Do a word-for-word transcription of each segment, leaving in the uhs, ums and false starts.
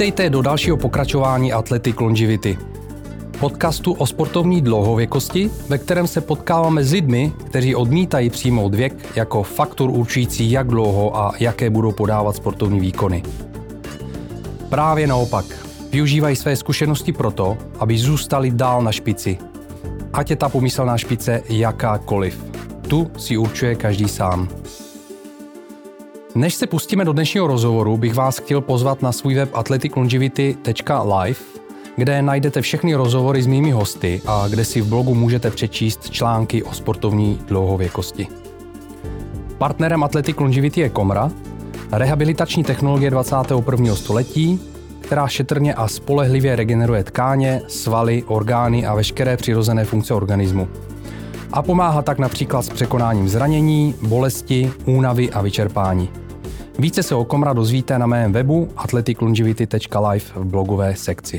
Vítejte do dalšího pokračování Athletic Longevity. Podcastu o sportovní dlouhověkosti, ve kterém se potkáváme s lidmi, kteří odmítají přijmout věk jako faktor určující, jak dlouho a jaké budou podávat sportovní výkony. Právě naopak, využívají své zkušenosti proto, aby zůstali dál na špici. Ať je ta pomyslná špice jakákoliv. Tu si určuje každý sám. Než se pustíme do dnešního rozhovoru, bych vás chtěl pozvat na svůj web athletic longevity tečka live, kde najdete všechny rozhovory s mými hosty a kde si v blogu můžete přečíst články o sportovní dlouhověkosti. Partnerem Athletic Longevity je Komra, rehabilitační technologie dvacátého prvního století, která šetrně a spolehlivě regeneruje tkáně, svaly, orgány a veškeré přirozené funkce organismu. A pomáhá tak například s překonáním zranění, bolesti, únavy a vyčerpání. Více se o Komra dozvíte na mém webu athletic longevity tečka live v blogové sekci.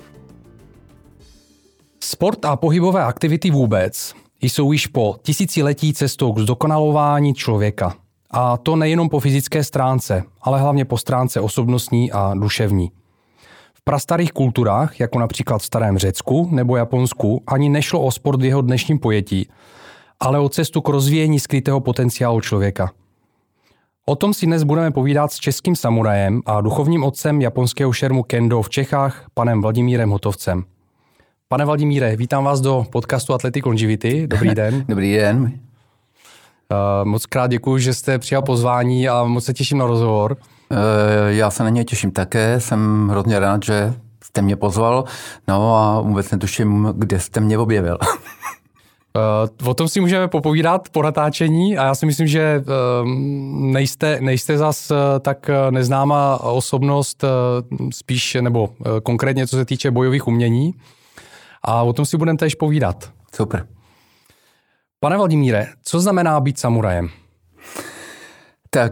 Sport a pohybové aktivity vůbec jsou již po tisíciletí cestou k zdokonalování člověka. A to nejenom po fyzické stránce, ale hlavně po stránce osobnostní a duševní. V prastarých kulturách, jako například v starém Řecku nebo Japonsku, ani nešlo o sport v jeho dnešním pojetí, ale o cestu k rozvíjení skrytého potenciálu člověka. O tom si dnes budeme povídat s českým samurajem a duchovním otcem japonského šermu kendo v Čechách, panem Vladimírem Hotovcem. Pane Vladimíre, vítám vás do podcastu Athletic Longevity. Dobrý den. Dobrý den. Uh, moc krát děkuji, že jste přijal pozvání a moc se těším na rozhovor. Uh, já se na něj těším také, jsem hrozně rád, že jste mě pozval, no a vůbec netuším, kde jste mě objevil. Uh, o tom si můžeme popovídat po natáčení a já si myslím, že uh, nejste, nejste zas uh, tak neznámá osobnost, uh, spíš nebo uh, konkrétně co se týče bojových umění a o tom si budeme též povídat. Super. Pane Vladimíre, co znamená být samurajem? Tak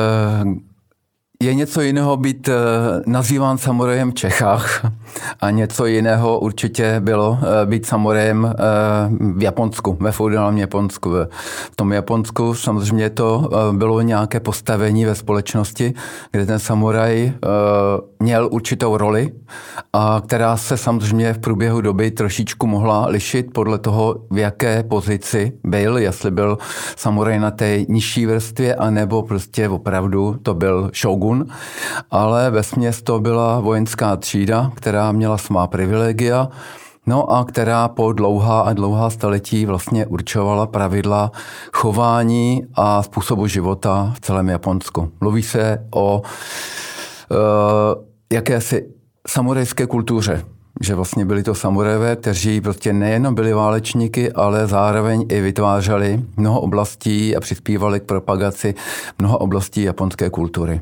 je něco jiného být nazýván samurajem v Čechách a něco jiného určitě bylo být samurajem v Japonsku, ve feudálním Japonsku. V tom Japonsku samozřejmě to bylo nějaké postavení ve společnosti, kde ten samuraj měl určitou roli, a která se samozřejmě v průběhu doby trošičku mohla lišit podle toho, v jaké pozici byl, jestli byl samuraj na té nižší vrstvě, anebo prostě opravdu to byl šogun. Ale vesměs to byla vojenská třída, která měla svá privilegia, no a která po dlouhá a dlouhá staletí vlastně určovala pravidla chování a způsobu života v celém Japonsku. Mluví se o uh, jakési samurajské kultuře, že vlastně byli to samurajové, kteří prostě nejenom byli válečníky, ale zároveň i vytvářeli mnoho oblastí a přispívali k propagaci mnoha oblastí japonské kultury.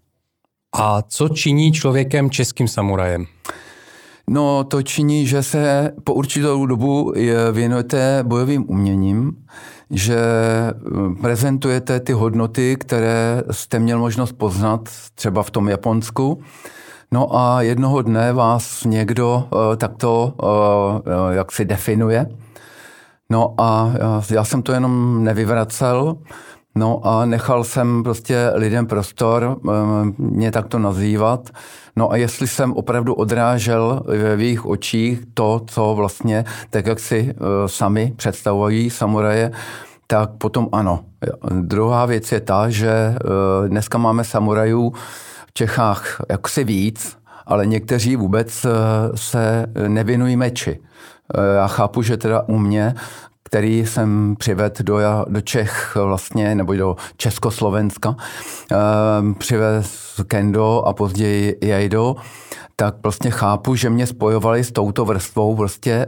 A co činí člověkem českým samurajem? No, to činí, že se po určitou dobu věnujete bojovým uměním, že prezentujete ty hodnoty, které jste měl možnost poznat třeba v tom Japonsku. No a jednoho dne vás někdo takto jak si definuje. No a já jsem to jenom nevyvracel. No a nechal jsem prostě lidem prostor mě takto nazývat. No a jestli jsem opravdu odrážel v jejich očích to, co vlastně, tak jak si sami představují samuraje, tak potom ano. Druhá věc je ta, že dneska máme samurajů v Čechách jaksi víc, ale někteří vůbec se nevěnují meči. Já chápu, že teda u mě, který jsem přivedl do, do Čech vlastně, nebo do Československa, přivez kendo a později jaido, tak vlastně chápu, že mě spojovali s touto vrstvou vlastně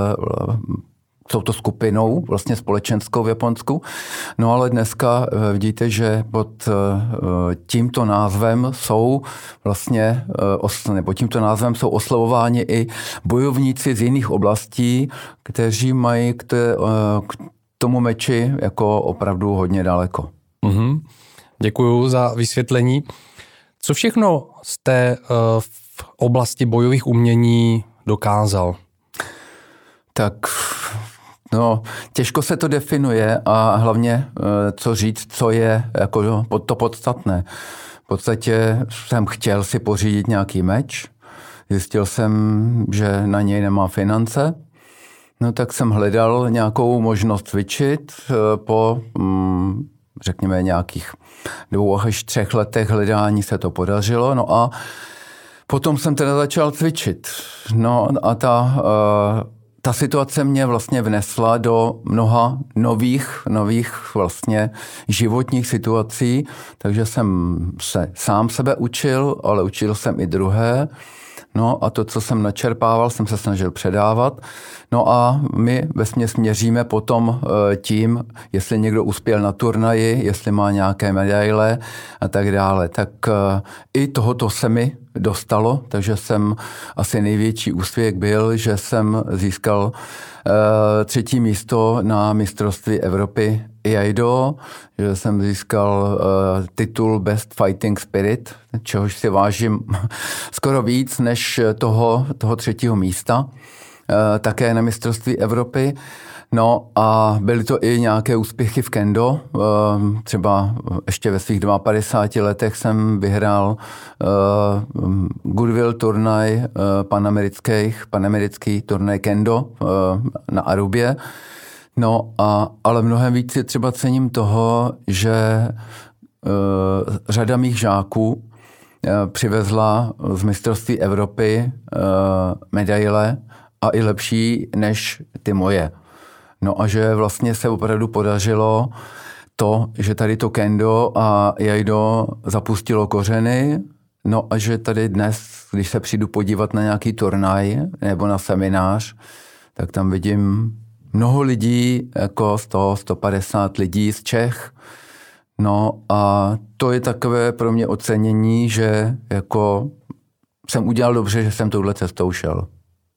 touto skupinou, vlastně společenskou v Japonsku. No ale dneska vidíte, že pod tímto názvem jsou vlastně, nebo tímto názvem jsou oslovováni i bojovníci z jiných oblastí, kteří mají k, té, k tomu meči jako opravdu hodně daleko. Mm-hmm. Děkuju za vysvětlení. Co všechno jste v oblasti bojových umění dokázal? Tak no, těžko se to definuje a hlavně co říct, co je jako to podstatné. podstatě jsem chtěl si pořídit nějaký meč. Zjistil jsem, že na něj nemá finance. No tak jsem hledal nějakou možnost cvičit. Po, řekněme, nějakých dvou až třech letech hledání se to podařilo. No a potom jsem teda začal cvičit. No a ta, ta situace mě vlastně vnesla do mnoha nových, nových vlastně životních situací, takže jsem se sám sebe učil, ale učil jsem i druhé. No a to, co jsem načerpával, jsem se snažil předávat. No a my vesměs měříme potom tím, jestli někdo uspěl na turnaji, jestli má nějaké medaile a tak dále. Tak i tohoto se mi dostalo, takže jsem asi největší úspěch byl, že jsem získal třetí místo na mistrovství Evropy Jaido, že jsem získal titul Best Fighting Spirit, čehož si vážím skoro víc než toho, toho třetího místa, také na mistrovství Evropy. No a byly to i nějaké úspěchy v kendo. Třeba ještě ve svých padesátých dvou letech jsem vyhrál Goodwill turnaj panamerických, panamerický turnaj kendo na Arubě. No a, ale mnohem víc si třeba cením toho, že řada mých žáků přivezla z mistrovství Evropy medaile a i lepší než ty moje. No a že vlastně se opravdu podařilo to, že tady to kendo a jaido zapustilo kořeny, no a že tady dnes, když se přijdu podívat na nějaký turnaj nebo na seminář, tak tam vidím mnoho lidí, jako sto, sto padesát lidí z Čech. No a to je takové pro mě ocenění, že jako jsem udělal dobře, že jsem touhle cestou šel.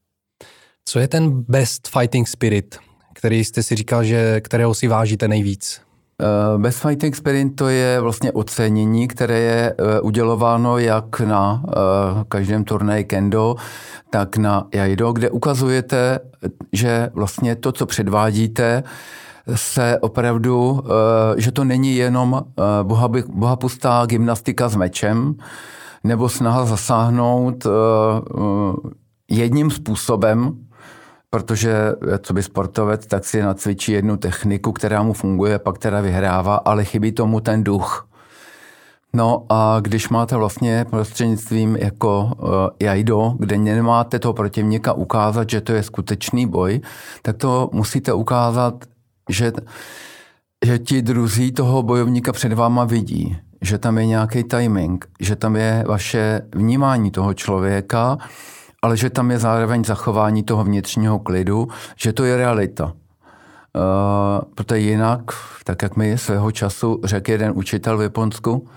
Co je ten best fighting spirit, který jste si říkal, že kterého si vážíte nejvíc? Uh, Best Fighting Spirit to je vlastně ocenění, které je uh, udělováno jak na uh, každém turnaji kendo, tak na jaido, kde ukazujete, že vlastně to, co předvádíte, se opravdu, uh, že to není jenom uh, boha, bohapustá gymnastika s mečem, nebo snaha zasáhnout uh, uh, jedním způsobem, protože co by sportovec, tak si nacvičí jednu techniku, která mu funguje, pak teda vyhrává, ale chybí tomu ten duch. No a když máte vlastně prostřednictvím jako uh, jaido, kde nemáte toho protivníka ukázat, že to je skutečný boj, tak to musíte ukázat, že, že ti druzí toho bojovníka před váma vidí, že tam je nějaký timing, že tam je vaše vnímání toho člověka, ale že tam je zároveň zachování toho vnitřního klidu, že to je realita. Uh, protože jinak, tak jak mi svého času řekl jeden učitel v Japonsku, uh,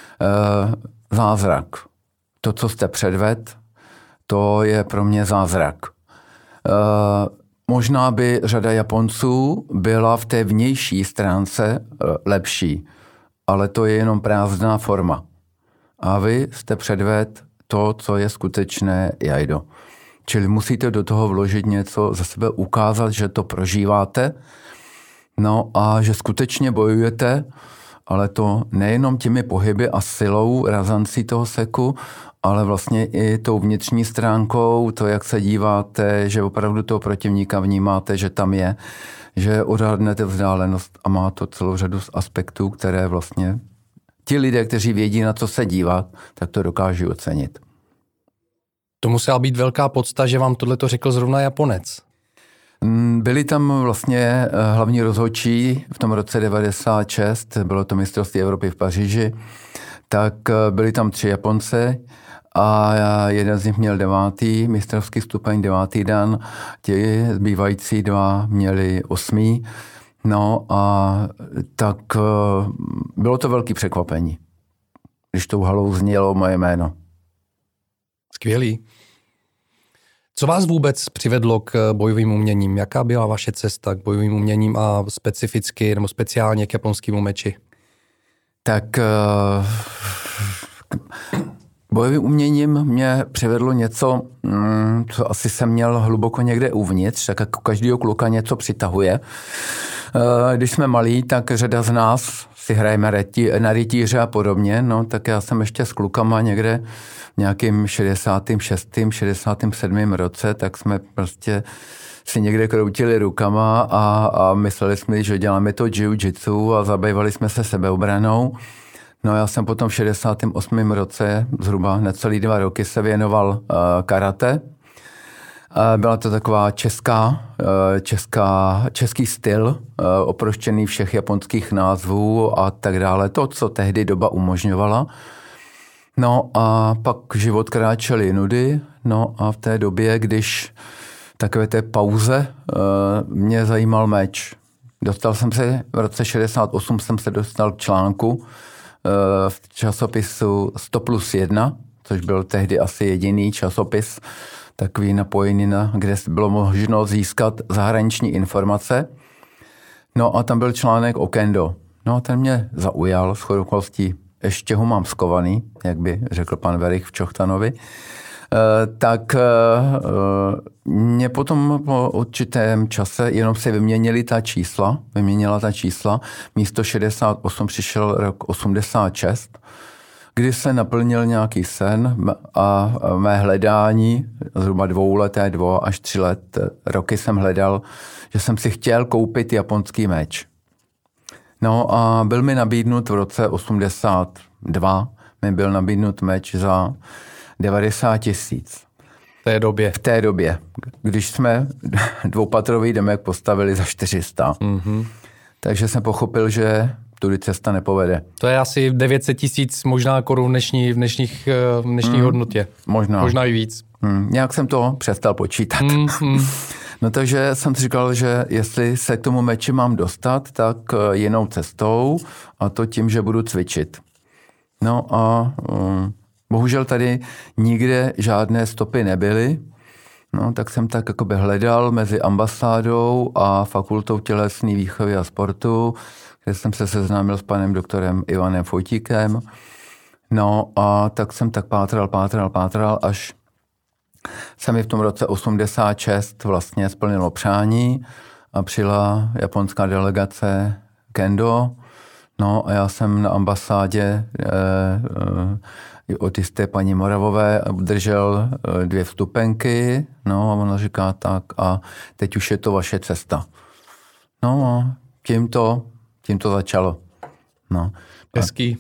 zázrak. To, co jste předvedl, to je pro mě zázrak. Uh, možná by řada Japonců byla v té vnější stránce uh, lepší, ale to je jenom prázdná forma. A vy jste předvedl to, co je skutečné jaido. Čili musíte do toho vložit něco, za sebe ukázat, že to prožíváte, no a že skutečně bojujete, ale to nejenom těmi pohyby a silou, razancí toho seku, ale vlastně i tou vnitřní stránkou, to, jak se díváte, že opravdu toho protivníka vnímáte, že tam je, že odhadnete vzdálenost a má to celou řadu aspektů, které vlastně ti lidé, kteří vědí, na co se dívat, tak to dokáží ocenit. To musela být velká podsta, že vám tohleto řekl zrovna Japonec. Byli tam vlastně hlavní rozhodčí v tom roce devadesát šest, bylo to mistrovství Evropy v Paříži, tak byli tam tři Japonce a jeden z nich měl devátý mistrovský stupeň, devátý dan, ti zbývající dva měli osmý. No a tak bylo to velké překvapení, když tou halou znělo moje jméno. Skvělý. Co vás vůbec přivedlo k bojovým uměním? Jaká byla vaše cesta k bojovým uměním a specificky nebo speciálně k japonskému meči? Tak bojovým uměním mě přivedlo něco, co asi jsem měl hluboko někde uvnitř, tak jako každýho kluka něco přitahuje. Když jsme malí, tak řada z nás si hrajeme na rytíře a podobně, no tak já jsem ještě s klukama někde v nějakým šedesátém šestém šedesátém sedmém roce, tak jsme prostě si někde kroutili rukama a, a mysleli jsme, že děláme to jiu-jitsu a zabývali jsme se sebeobranou. No já jsem potom v šedesátém osmém roce, zhruba necelý dva roky, se věnoval uh, karate. Uh, byla to taková česká, uh, česká, český styl, uh, oproštěný všech japonských názvů a tak dále. To, co tehdy doba umožňovala. No a pak život kráčel jinudy. No a v té době, když takové té pauze uh, mě zajímal meč. Dostal jsem se, v roce šedesát osm jsem se dostal k článku v časopisu sto plus jedna, což byl tehdy asi jediný časopis, takový napojený, na, kde bylo možno získat zahraniční informace. No a tam byl článek o kendo. No a ten mě zaujal, shodou okolností ještě ho mám skovaný, jak by řekl pan Verich v Čochtanovi. Tak mě potom po určitém čase jenom se vyměnili ta čísla, vyměnila ta čísla. Místo šedesát osm přišel rok osmdesát šest, kdy se naplnil nějaký sen a mé hledání, zhruba dvouleté, dvou až tři let, roky jsem hledal, že jsem si chtěl koupit japonský meč. No a byl mi nabídnut v roce osmdesát dva, mi byl nabídnut meč za devadesát tisíc. V té době. V té době, když jsme dvoupatrový domek postavili za čtyři sta. Mm-hmm. Takže jsem pochopil, že tudy cesta nepovede. To je asi devět set tisíc možná korun v dnešní, v dnešních, v dnešní mm, hodnotě. Možná. Možná i víc. Mm, nějak jsem to přestal počítat. Mm-hmm. No takže jsem si říkal, že jestli se k tomu meči mám dostat, tak jinou cestou a to tím, že budu cvičit. No a um, bohužel tady nikde žádné stopy nebyly, no, tak jsem tak jakoby hledal mezi ambasádou a fakultou tělesné výchovy a sportu, kde jsem se seznámil s panem doktorem Ivanem Fojtíkem. No a tak jsem tak pátral, pátral, pátral, až se mi v tom roce osmdesát šest vlastně splnilo přání a přijela japonská delegace kendo. No a já jsem na ambasádě eh, eh, od jisté paní Moravové držel dvě vstupenky, no a ona říká tak a teď už je to vaše cesta. No a tím to, tím to začalo. No. Hezký.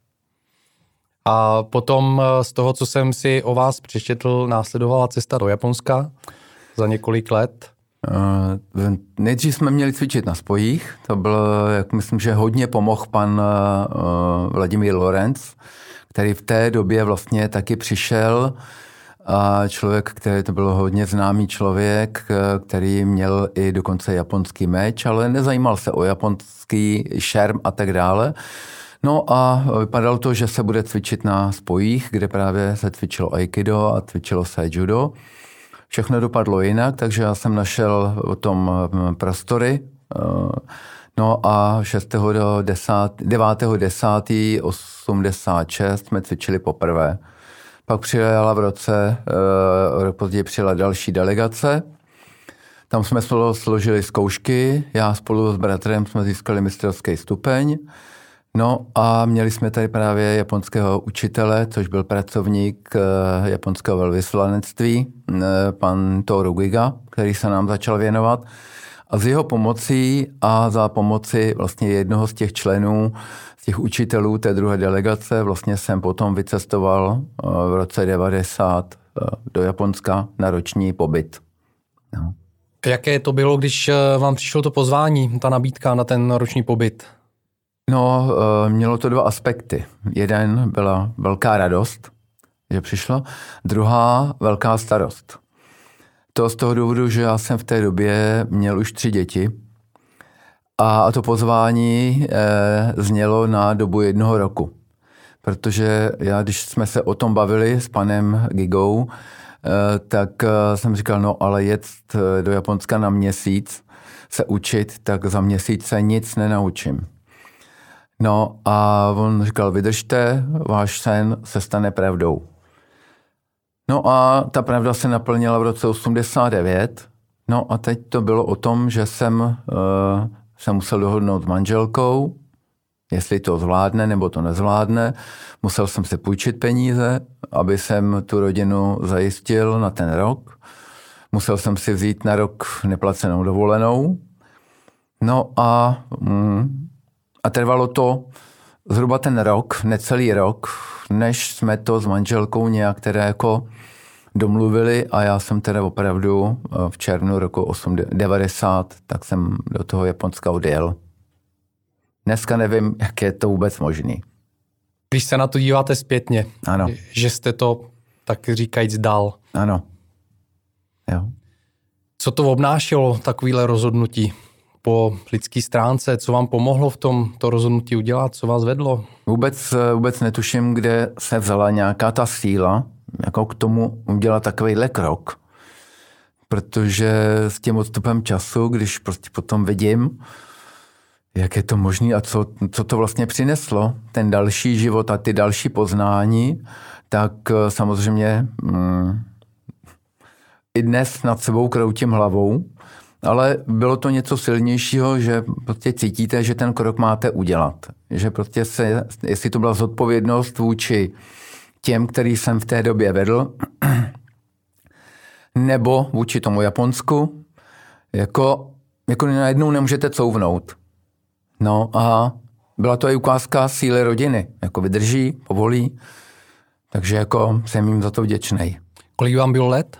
A potom z toho, co jsem si o vás přečetl, následovala cesta do Japonska za několik let. Uh, nejdřív jsme měli cvičit na spojích, to bylo, jak myslím, že hodně pomohl pan uh, Vladimír Lorenz, který v té době vlastně taky přišel a člověk, který to byl hodně známý člověk, který měl i dokonce japonský meč, ale nezajímal se o japonský šerm a tak dále. No a vypadalo to, že se bude cvičit na spojích, kde právě se cvičilo aikido a cvičilo se judo. Všechno dopadlo jinak, takže já jsem našel o tom prostory. No a šestého do devátého desátého osmdesát šest jsme cvičili poprvé. Pak přijela v roce, rok později přijela další delegace. Tam jsme složili zkoušky, já spolu s bratrem jsme získali mistrovský stupeň. No a měli jsme tady právě japonského učitele, což byl pracovník japonského velvyslanectví, pan Toru Giga, který se nám začal věnovat. A z jeho pomocí a za pomoci vlastně jednoho z těch členů, z těch učitelů té druhé delegace, vlastně jsem potom vycestoval v roce devadesát do Japonska na roční pobyt. No. Jaké to bylo, když vám přišlo to pozvání, ta nabídka na ten roční pobyt? No, mělo to dva aspekty. Jeden byla velká radost, že přišlo, druhá velká starost. To z toho důvodu, že já jsem v té době měl už tři děti a to pozvání eh, znělo na dobu jednoho roku. Protože já, když jsme se o tom bavili s panem Gigou, eh, tak eh, jsem říkal, no ale jet do Japonska na měsíc se učit, tak za měsíc se nic nenaučím. No a on říkal, vydržte, váš sen se stane pravdou. No a ta pravda se naplnila v roce osmdesát devět. No a teď to bylo o tom, že jsem uh, se musel dohodnout s manželkou, jestli to zvládne nebo to nezvládne. Musel jsem si půjčit peníze, aby jsem tu rodinu zajistil na ten rok. Musel jsem si vzít na rok neplacenou dovolenou. No a, mm, a trvalo to zhruba ten rok, necelý rok, než jsme to s manželkou nějak teda jako domluvili a já jsem teda opravdu v červnu roku devadesát, tak jsem do toho Japonska odjel. Dneska nevím, jak je to vůbec možný. Když se na to díváte zpětně, ano. Že jste to, tak říkajíc, dal. Ano. Jo. Co to obnášelo, takovýhle rozhodnutí po lidské stránce? Co vám pomohlo v tom to rozhodnutí udělat? Co vás vedlo? Vůbec, vůbec netuším, kde se vzala nějaká ta síla, jako k tomu udělat takovýhle krok. Protože s tím odstupem času, když prostě potom vidím, jak je to možné a co, co to vlastně přineslo, ten další život a ty další poznání, tak samozřejmě mm, i dnes nad sebou kroutím hlavou, ale bylo to něco silnějšího, že prostě cítíte, že ten krok máte udělat. Že prostě se, jestli to byla zodpovědnost vůči těm, který jsem v té době vedl, nebo vůči tomu Japonsku, jako, jako najednou nemůžete couvnout. No a byla to i ukázka síly rodiny. Jako vydrží, povolí, takže jako jsem jim za to vděčnej. Kolik vám bylo let?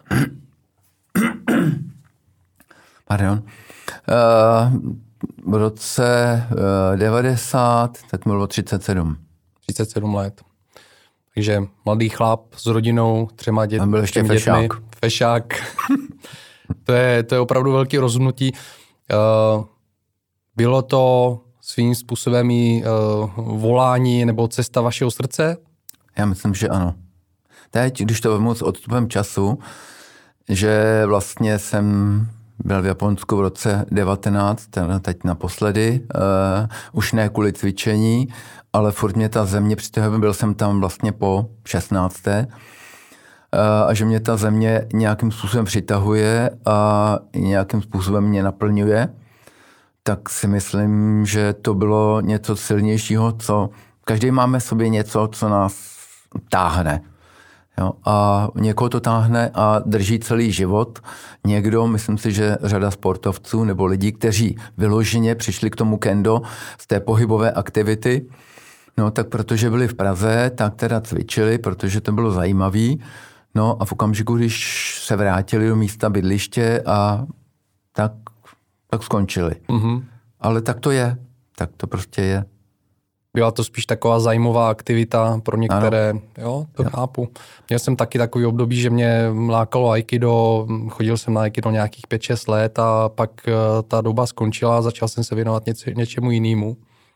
Pardon. Uh, v roce uh, devadesát, tak bylo třicet sedm. třicet sedm let. Takže mladý chlap s rodinou, třema dětmi. Tam byl ještě fešák. Dětmi, fešák. to, je, to je opravdu velké rozhodnutí. Uh, bylo to svým způsobem i uh, volání nebo cesta vašeho srdce? Já myslím, že ano. Teď, když to vezmu s odstupem času, že vlastně jsem byl v Japonsku v roce devatenáct, teď naposledy, uh, už ne kvůli cvičení, ale furt mě ta země přitahuje, byl jsem tam vlastně po šestnácté Uh, a že mě ta země nějakým způsobem přitahuje a nějakým způsobem mě naplňuje, tak si myslím, že to bylo něco silnějšího, co každý máme v sobě něco, co nás táhne. Jo, a někoho to táhne a drží celý život. Někdo, myslím si, že řada sportovců nebo lidí, kteří vyloženě přišli k tomu kendo z té pohybové aktivity, no tak protože byli v Praze, tak teda cvičili, protože to bylo zajímavý. No a v okamžiku, když se vrátili do místa bydliště a tak, tak skončili. Mm-hmm. Ale tak to je. Tak to prostě je. Byla to spíš taková zajímavá aktivita pro některé, ano. Jo, to jo. Chápu. Měl jsem taky takový období, že mě lákalo aikido, chodil jsem na aikido nějakých pět šest let a pak ta doba skončila a začal jsem se věnovat něč, něčemu jinému.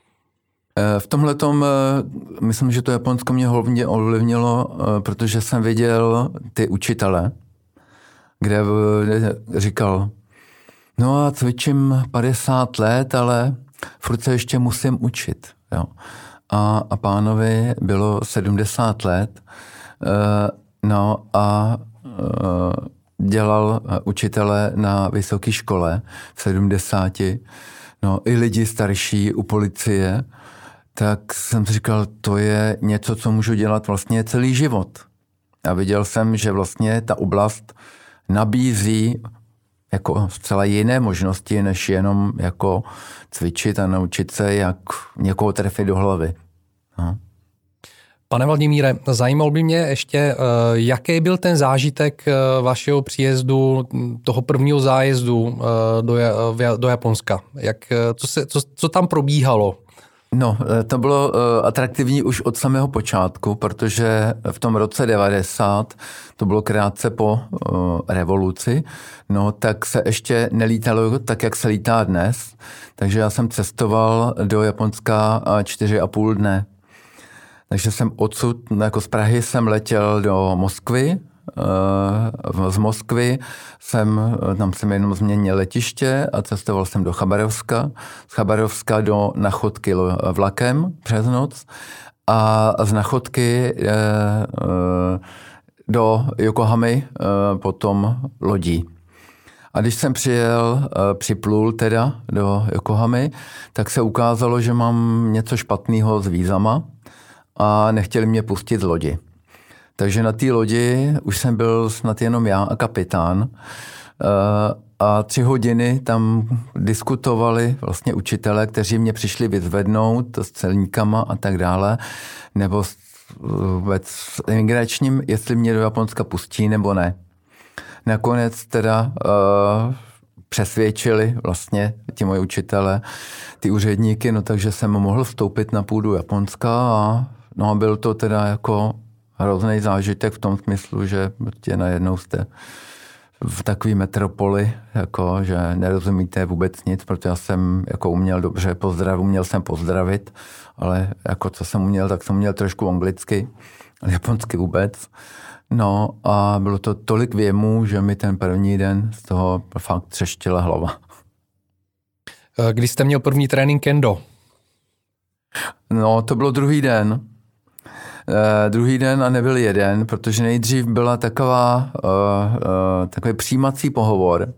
V tomhletom, myslím, že to Japonsko mě hlavně ovlivnilo, protože jsem viděl ty učitele, kde říkal, no a cvičím padesát let, ale furt se ještě musím učit. Jo. A, a pánovi bylo sedmdesát let, no a dělal učitele na vysoké škole v sedmdesáti, no i lidi starší u policie, tak jsem si říkal, to je něco, co můžu dělat vlastně celý život. A viděl jsem, že vlastně ta oblast nabízí jako zcela jiné možnosti, než jenom jako cvičit a naučit se, jak někoho trefit do hlavy. No. Pane Vladimíre, zajímal by mě ještě, jaký byl ten zážitek vašeho příjezdu, toho prvního zájezdu do, do Japonska? Jak, co, se, co, co tam probíhalo? No, to bylo atraktivní už od samého počátku, protože v tom roce devadesát, to bylo krátce po revoluci, no tak se ještě nelítalo tak, jak se lítá dnes. Takže já jsem cestoval do Japonska čtyři a půl dne. Takže jsem odsud, jako z Prahy jsem letěl do Moskvy, z Moskvy jsem, tam jsem jenom změnil letiště a cestoval jsem do Chabarovska, z Chabarovska do Nachodky vlakem přes noc a z Nachodky do Yokohamy potom lodí. A když jsem přijel, připlul teda do Yokohamy, tak se ukázalo, že mám něco špatného s vízama a nechtěli mě pustit z lodi. Takže na té lodi už jsem byl snad jenom já a kapitán a tři hodiny tam diskutovali vlastně učitelé, kteří mě přišli vyzvednout s celníkama a tak dále, nebo vůbec s imigračním, jestli mě do Japonska pustí nebo ne. Nakonec teda uh, přesvědčili vlastně ti moji učitelé, ty úředníky, no takže jsem mohl vstoupit na půdu Japonska a no a byl to teda jako hrozný zážitek v tom smyslu, že tě najednou jste v takové metropoli, jako, že nerozumíte vůbec nic, protože já jsem jako uměl dobře pozdrav, uměl jsem pozdravit, ale jako co jsem uměl, tak jsem uměl trošku anglicky, ale japonsky vůbec. No a bylo to tolik věmů, že mi ten první den z toho fakt třeštila hlava. Kdy jste měl první trénink kendo? No, to bylo druhý den. Uh, druhý den a nebyl jeden, protože nejdřív byla taková, uh, uh, takový přijímací pohovor,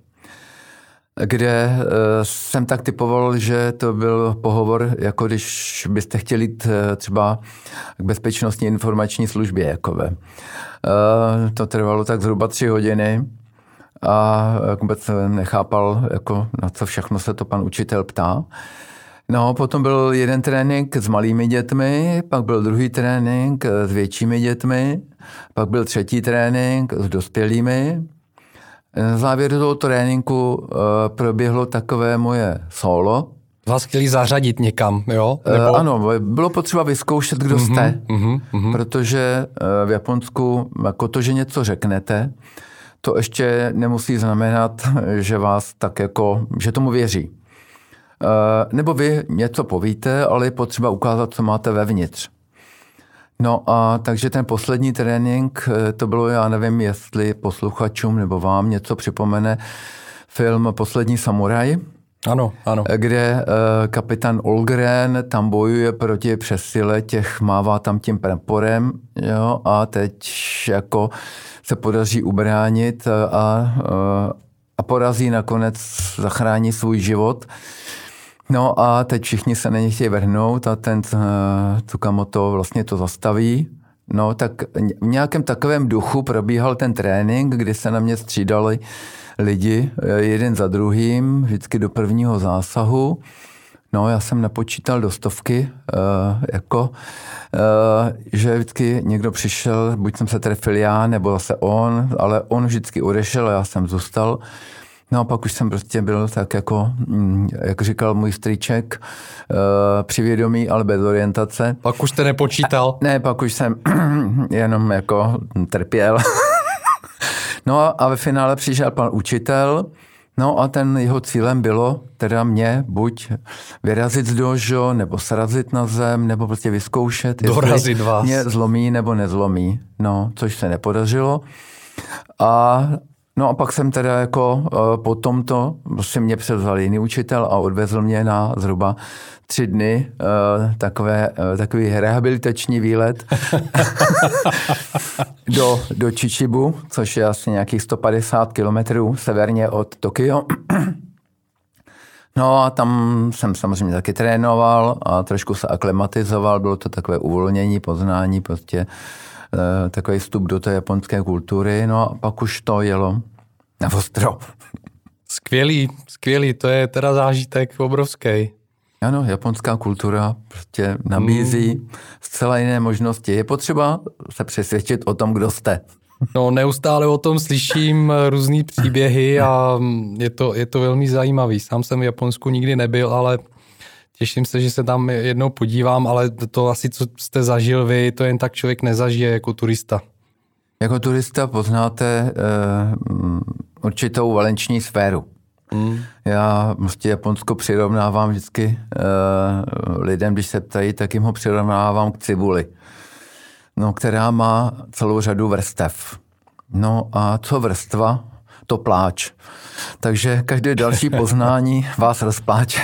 kde uh, jsem tak typoval, že to byl pohovor, jako když byste chtěli jít uh, třeba k bezpečnostní informační službě. Jakové. Uh, to trvalo tak zhruba tři hodiny a vůbec nechápal, jako, na co všechno se to pan učitel ptá. No, potom byl jeden trénink s malými dětmi, pak byl druhý trénink s většími dětmi, pak byl třetí trénink s dospělými. Na závěr toho tréninku uh, proběhlo takové moje solo. Vás chtěli zařadit někam, jo? Nebo... Uh, ano, bylo potřeba vyzkoušet, kdo uh-huh, jste, uh-huh, uh-huh. protože uh, v Japonsku jako to, že něco řeknete, to ještě nemusí znamenat, že vás tak jako, že tomu věří. Nebo vy něco povíte, ale je potřeba ukázat, co máte vevnitř. No a takže ten poslední trénink, to bylo, já nevím, jestli posluchačům nebo vám něco připomene film Poslední samuraj. Ano, ano. Kde kapitán Olgren tam bojuje proti přesile těch, mává tam tím praporem, jo, a teď jako se podaří ubránit a, a porazí nakonec, zachrání svůj život. No a teď všichni se na ně chtějí vrhnout a ten Tsukamoto vlastně to zastaví. No tak v nějakém takovém duchu probíhal ten trénink, kdy se na mě střídali lidi jeden za druhým, vždycky do prvního zásahu. No já jsem napočítal do stovky, jako, že vždycky někdo přišel, buď jsem se trefil já, nebo zase on, ale on vždycky odešel a já jsem zůstal. No a pak už jsem prostě byl tak jako, jak říkal můj strýček, při vědomí, ale bez orientace. Pak už jste nepočítal? A, ne, pak už jsem jenom jako trpěl. No a ve finále přišel pan učitel, no a ten jeho cílem bylo teda mě buď vyrazit z dojo, nebo srazit na zem, nebo prostě vyzkoušet, dorazit vás. Mě zlomí nebo nezlomí. No, což se nepodařilo. A No a pak jsem teda jako uh, po tomto, prostě mě převzal jiný učitel a odvezl mě na zhruba tři dny uh, takové, uh, takový rehabilitační výlet do, do Chichibu, což je asi nějakých sto padesát kilometrů severně od Tokio. No a tam jsem samozřejmě taky trénoval a trošku se aklimatizoval, bylo to takové uvolnění, poznání, prostě takový vstup do té japonské kultury, no a pak už to jelo na ostro. Skvělý, skvělý, to je teda zážitek obrovský. Ano, japonská kultura prostě nabízí mm. zcela jiné možnosti. Je potřeba se přesvědčit o tom, kdo jste. No, neustále o tom slyším různý příběhy a je to, je to velmi zajímavý. Sám jsem v Japonsku nikdy nebyl, ale těším se, že se tam jednou podívám, ale to asi, co jste zažil vy, to jen tak člověk nezažije jako turista. Jako turista poznáte uh, určitou valenční sféru. Mm. Já prostě Japonsko přirovnávám vždycky uh, lidem, když se ptají, tak jim ho přirovnávám k cibuli, no, která má celou řadu vrstev. No a co vrstva? To pláč. Takže každé další poznání vás rozpláče.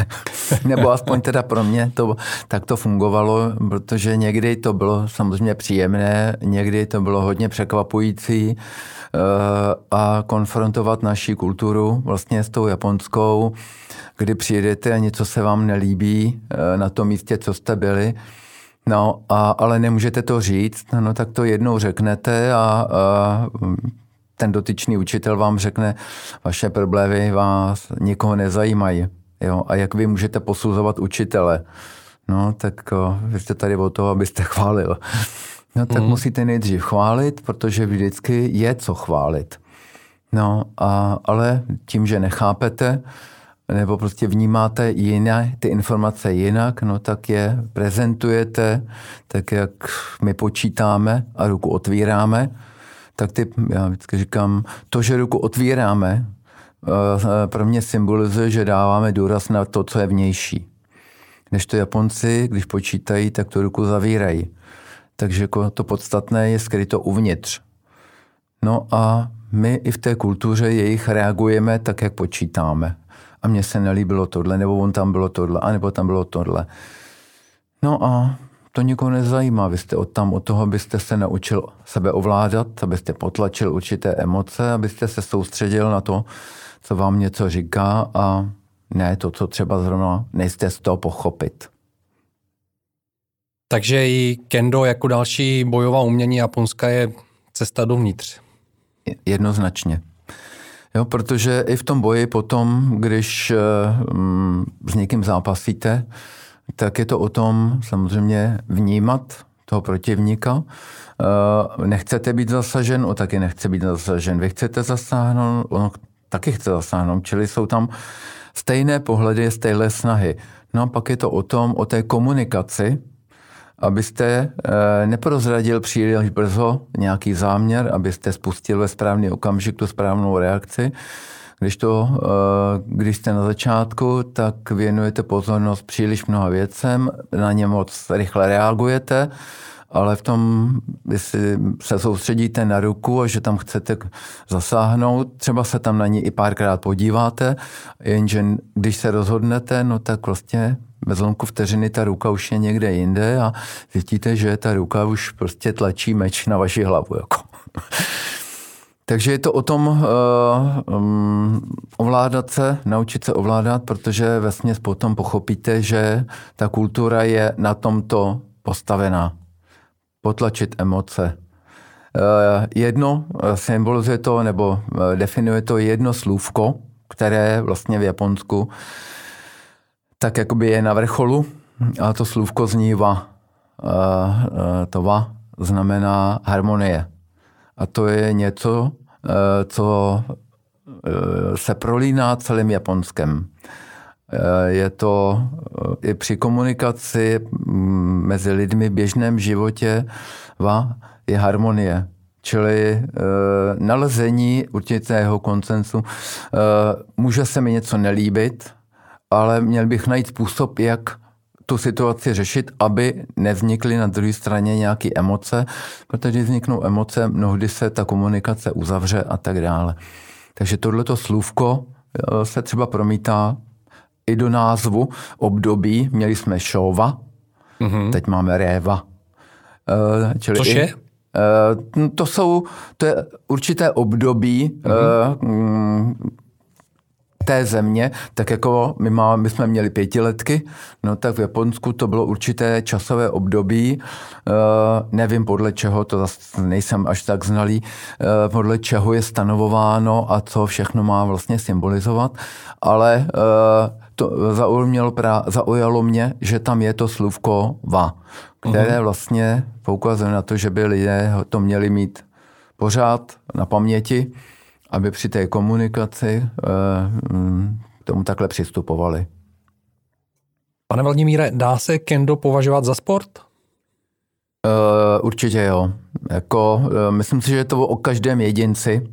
Nebo aspoň teda pro mě to tak to fungovalo, protože někdy to bylo samozřejmě příjemné, někdy to bylo hodně překvapující a konfrontovat naši kulturu vlastně s tou japonskou, kdy přijedete a něco se vám nelíbí na tom místě, co jste byli, no a, ale nemůžete to říct, no tak to jednou řeknete a, a ten dotyčný učitel vám řekne, vaše problémy vás nikoho nezajímají. Jo? A jak vy můžete posuzovat učitele? No tak o, vy jste tady o to, abyste chválil. No tak mm. musíte nejdřív chválit, protože vždycky je co chválit. No a, ale tím, že nechápete, nebo prostě vnímáte jiné, ty informace jinak, no tak je prezentujete, tak jak my počítáme a ruku otvíráme, tak ty, já vždycky říkám, to, že ruku otvíráme, pro mě symbolizuje, že dáváme důraz na to, co je vnější. Než to Japonci, když počítají, tak tu ruku zavírají. Takže to podstatné je skryto uvnitř. No a my i v té kultuře jejich reagujeme tak, jak počítáme. A mně se nelíbilo tohle, nebo on tam bylo tohle, anebo tam bylo tohle. No a to nikoho nezajímá. Vy jste od tam od toho, abyste se naučil sebe ovládat, abyste potlačil určité emoce, abyste se soustředil na to, co vám něco říká a ne to, co třeba zrovna nejste z toho pochopit. Takže i kendo jako další bojová umění Japonska je cesta dovnitř. Jednoznačně. Jo, protože i v tom boji potom, když mm, s někým zápasíte, tak je to o tom samozřejmě vnímat toho protivníka. Nechcete být zasažen, on taky nechce být zasažen. Vy chcete zasáhnout, on taky chce zasáhnout. Čili jsou tam stejné pohledy, stejné snahy. No a pak je to o tom, o té komunikaci, abyste neprozradil příliš brzo nějaký záměr, abyste spustil ve správný okamžik tu správnou reakci. Když, to, když jste na začátku, tak věnujete pozornost příliš mnoha věcem, na ně moc rychle reagujete, ale v tom, jestli se soustředíte na ruku a že tam chcete zasáhnout, třeba se tam na ní i párkrát podíváte, jenže když se rozhodnete, no tak vlastně ve zlomku vteřiny ta ruka už je někde jinde a zjistíte, že ta ruka už prostě tlačí meč na vaši hlavu. Jako. Takže je to o tom uh, um, ovládat se, naučit se ovládat, protože vesměs potom pochopíte, že ta kultura je na tomto postavená. Potlačit emoce. Uh, jedno symbolizuje to, nebo uh, definuje to jedno slůvko, které vlastně v Japonsku tak jakoby je na vrcholu, a to slůvko zní va. Uh, uh, to va znamená harmonie. A to je něco, co se prolíná celým Japonskem. Je to i při komunikaci mezi lidmi v běžném životě va, je harmonie. Čili nalezení určitého konsensu. Může se mi něco nelíbit, ale měl bych najít způsob, jak tu situaci řešit, aby nevznikly na druhé straně nějaké emoce, protože když vzniknou emoce, mnohdy se ta komunikace uzavře a tak dále. Takže tohleto slůvko se třeba promítá i do názvu období. Měli jsme Showa, mm-hmm. teď máme Réva. Čili Což i, je? To jsou, to je určité období mm-hmm. té země, tak jako my, má, my jsme měli pětiletky, no tak v Japonsku to bylo určité časové období, uh, nevím podle čeho, to zase nejsem až tak znalý, uh, podle čeho je stanovováno a co všechno má vlastně symbolizovat, ale uh, to zaujalo, pra, zaujalo mě, že tam je to slůvko va, které uh-huh. vlastně poukazuje na to, že by lidé to měli mít pořád na paměti, aby při té komunikaci k tomu takhle přistupovali. Pane Vladimíre, dá se kendo považovat za sport? Uh, určitě jo. Jako, uh, myslím si, že je to o každém jedinci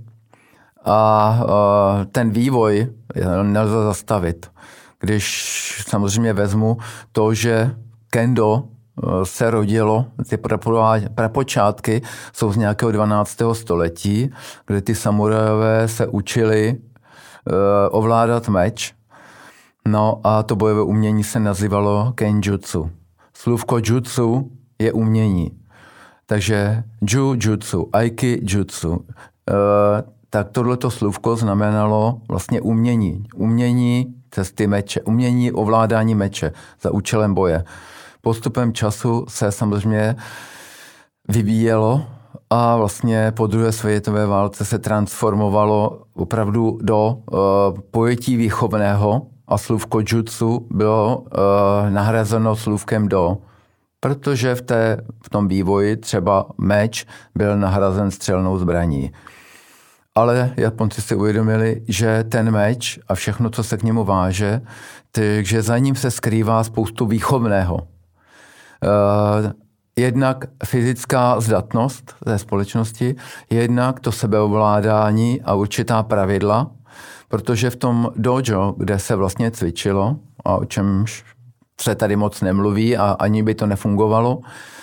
a uh, ten vývoj nelze zastavit. Když samozřejmě vezmu to, že kendo se rodilo, ty prapočátky jsou z nějakého dvanáctého století, kde ty samurajové se učili uh, ovládat meč. No a to bojové umění se nazývalo kenjutsu. Slůvko jutsu je umění. Takže ju-jutsu, aiki-jutsu. E, tak tohleto slůvko znamenalo vlastně umění. Umění cesty meče, umění ovládání meče za účelem boje. Postupem času se samozřejmě vyvíjelo a vlastně po druhé světové válce se transformovalo opravdu do uh, pojetí výchovného a slůvko jutsu bylo uh, nahrazeno slůvkem do, protože v, té, v tom vývoji třeba meč byl nahrazen střelnou zbraní. Ale Japonci si uvědomili, že ten meč a všechno, co se k němu váže, takže za ním se skrývá spoustu výchovného. Uh, Jednak fyzická zdatnost té společnosti, jednak to sebeovládání a určitá pravidla, protože v tom dojo, kde se vlastně cvičilo, a o čem se tady moc nemluví a ani by to nefungovalo,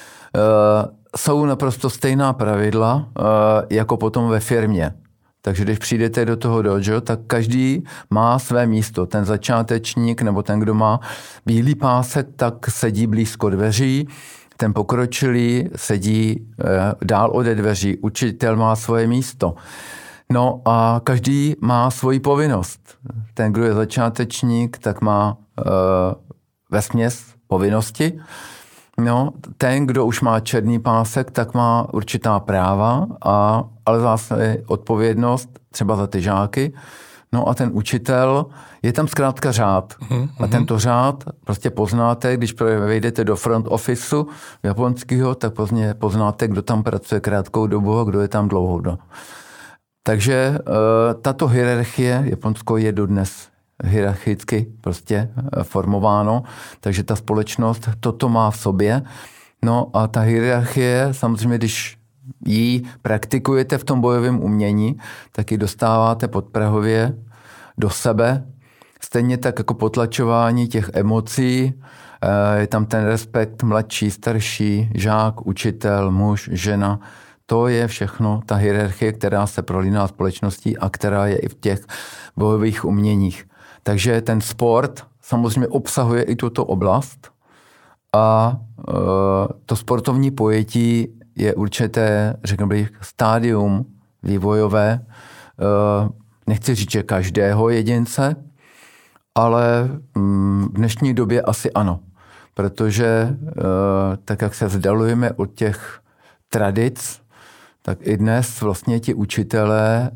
jsou naprosto stejná pravidla jako potom ve firmě. Takže když přijdete do toho dojo, tak každý má své místo. Ten začátečník nebo ten, kdo má bílý pásek, tak sedí blízko dveří. Ten pokročilý sedí dál ode dveří, učitel má svoje místo. No a každý má svoji povinnost. Ten, kdo je začátečník, tak má e, vesměs povinnosti. No, ten, kdo už má černý pásek, tak má určitá práva, a, ale zase odpovědnost třeba za ty žáky. No a ten učitel, je tam zkrátka řád. Uh-huh. A tento řád prostě poznáte, když vejdete do front officeu japonského, tak pozně poznáte, kdo tam pracuje krátkou dobu a kdo je tam dlouhou dobu. Takže tato hierarchie Japonsko je dodnes hierarchicky prostě formováno, takže ta společnost toto má v sobě. No a ta hierarchie, samozřejmě, když ji praktikujete v tom bojovém umění, tak ji dostáváte podprahově do sebe. Stejně tak jako potlačování těch emocí, je tam ten respekt mladší, starší, žák, učitel, muž, žena. To je všechno ta hierarchie, která se prolíná společností a která je i v těch bojových uměních. Takže ten sport samozřejmě obsahuje i tuto oblast a e, to sportovní pojetí je určité, řekl bych, stádium vývojové. E, nechci říct, že každého jedince, ale v dnešní době asi ano. Protože tak, jak se vzdalujeme od těch tradic, tak i dnes vlastně ti učitelé,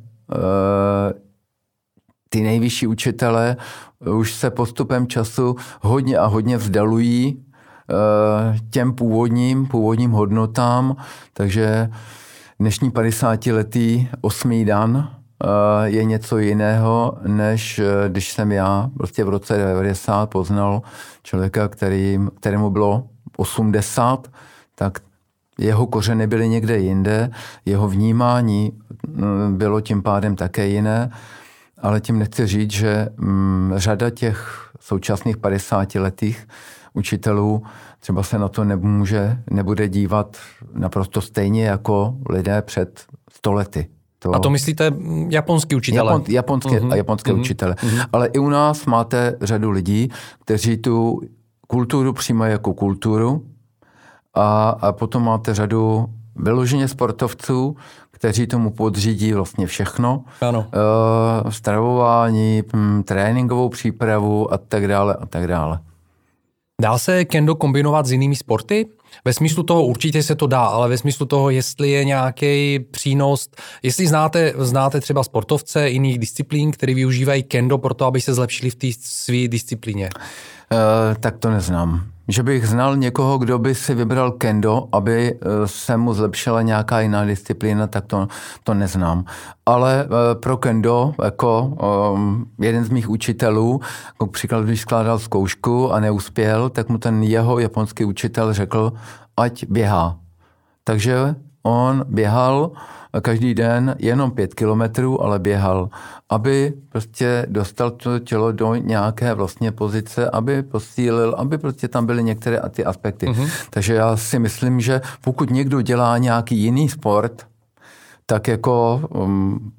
ty nejvyšší učitelé, už se postupem času hodně a hodně vzdalují těm původním, původním hodnotám. Takže dnešní padesátiletý osmý dan je něco jiného, než když jsem já prostě v roce devadesát poznal člověka, který, kterému bylo osmdesát, tak jeho kořeny byly někde jinde, jeho vnímání bylo tím pádem také jiné, ale tím nechci říct, že hm, řada těch současných padesátiletých učitelů třeba se na to nemůže, nebude dívat naprosto stejně jako lidé před sto lety. To... A to myslíte japonský učitele? Japon, japonské, uh-huh. japonské uh-huh. učitele. Uh-huh. Ale i u nás máte řadu lidí, kteří tu kulturu přijímají jako kulturu, a, a potom máte řadu vyloženě sportovců, kteří tomu podřídí vlastně všechno. Ano. Uh, stravování, m, tréninkovou přípravu a tak dále a tak dále. Dá se kendo kombinovat s jinými sporty? Ve smyslu toho určitě se to dá, ale ve smyslu toho, jestli je nějaký přínos, jestli znáte, znáte třeba sportovce jiných disciplín, kteří využívají kendo pro to, aby se zlepšili v té své disciplíně? Uh, tak to neznám. Že bych znal někoho, kdo by si vybral kendo, aby se mu zlepšila nějaká jiná disciplína, tak to, to neznám. Ale pro kendo, jako um, jeden z mých učitelů, jako příklad, když skládal zkoušku a neuspěl, tak mu ten jeho japonský učitel řekl, ať běhá. Takže on běhal každý den jenom pět kilometrů, ale běhal, aby prostě dostal to tělo do nějaké vlastně pozice, aby posílil, aby prostě tam byly některé ty aspekty. Mm-hmm. Takže já si myslím, že pokud někdo dělá nějaký jiný sport, tak jako um,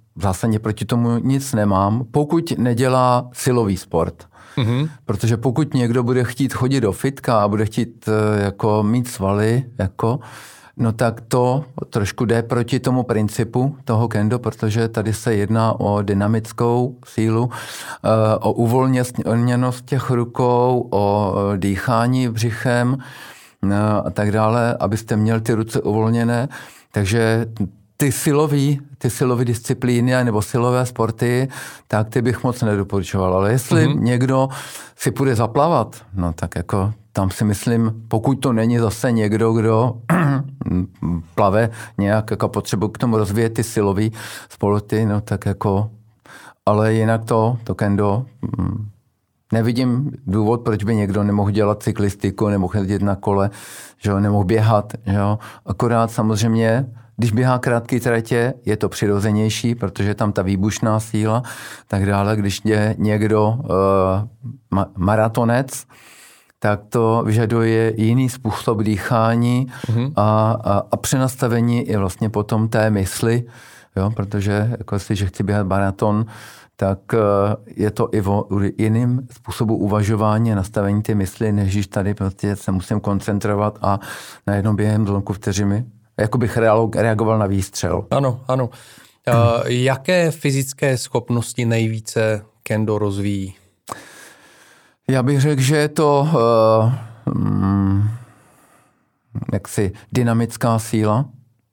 zásadně proti tomu nic nemám, pokud nedělá silový sport. Mm-hmm. Protože pokud někdo bude chtít chodit do fitka a bude chtít jako mít svaly, jako, no tak to trošku jde proti tomu principu toho kendo, protože tady se jedná o dynamickou sílu, o uvolněnost těch rukou, o dýchání břichem a tak dále, abyste měl ty ruce uvolněné. Takže ty silový, ty silové disciplíny nebo silové sporty, tak ty bych moc nedoporučoval. Ale jestli mm-hmm. někdo si půjde zaplavat, no tak jako tam si myslím, pokud to není zase někdo, kdo plave nějak, jako potřebu k tomu rozvíjet ty silové sporty, no tak jako, ale jinak to, to kendo, nevidím důvod, proč by někdo nemohl dělat cyklistiku, nemohl jezdit na kole, že jo, nemohl běhat, že jo. Akorát samozřejmě, když běhá krátké tratě, je to přirozenější, protože tam ta výbušná síla, tak dále, když je někdo uh, ma- maratonec, tak to vyžaduje jiný způsob dýchání mm-hmm. a, a, a přenastavení i vlastně potom té mysli, jo, protože jako si, že chci běhat maraton, tak je to i o jiným způsobu uvažování a nastavení ty mysli, než když tady prostě se musím koncentrovat a najednou během zlomku vteřiny jako bych reagoval na výstřel. Ano, ano. Uh, jaké fyzické schopnosti nejvíce kendo rozvíjí? Já bych řekl, že je to uh, um, jaksi dynamická síla,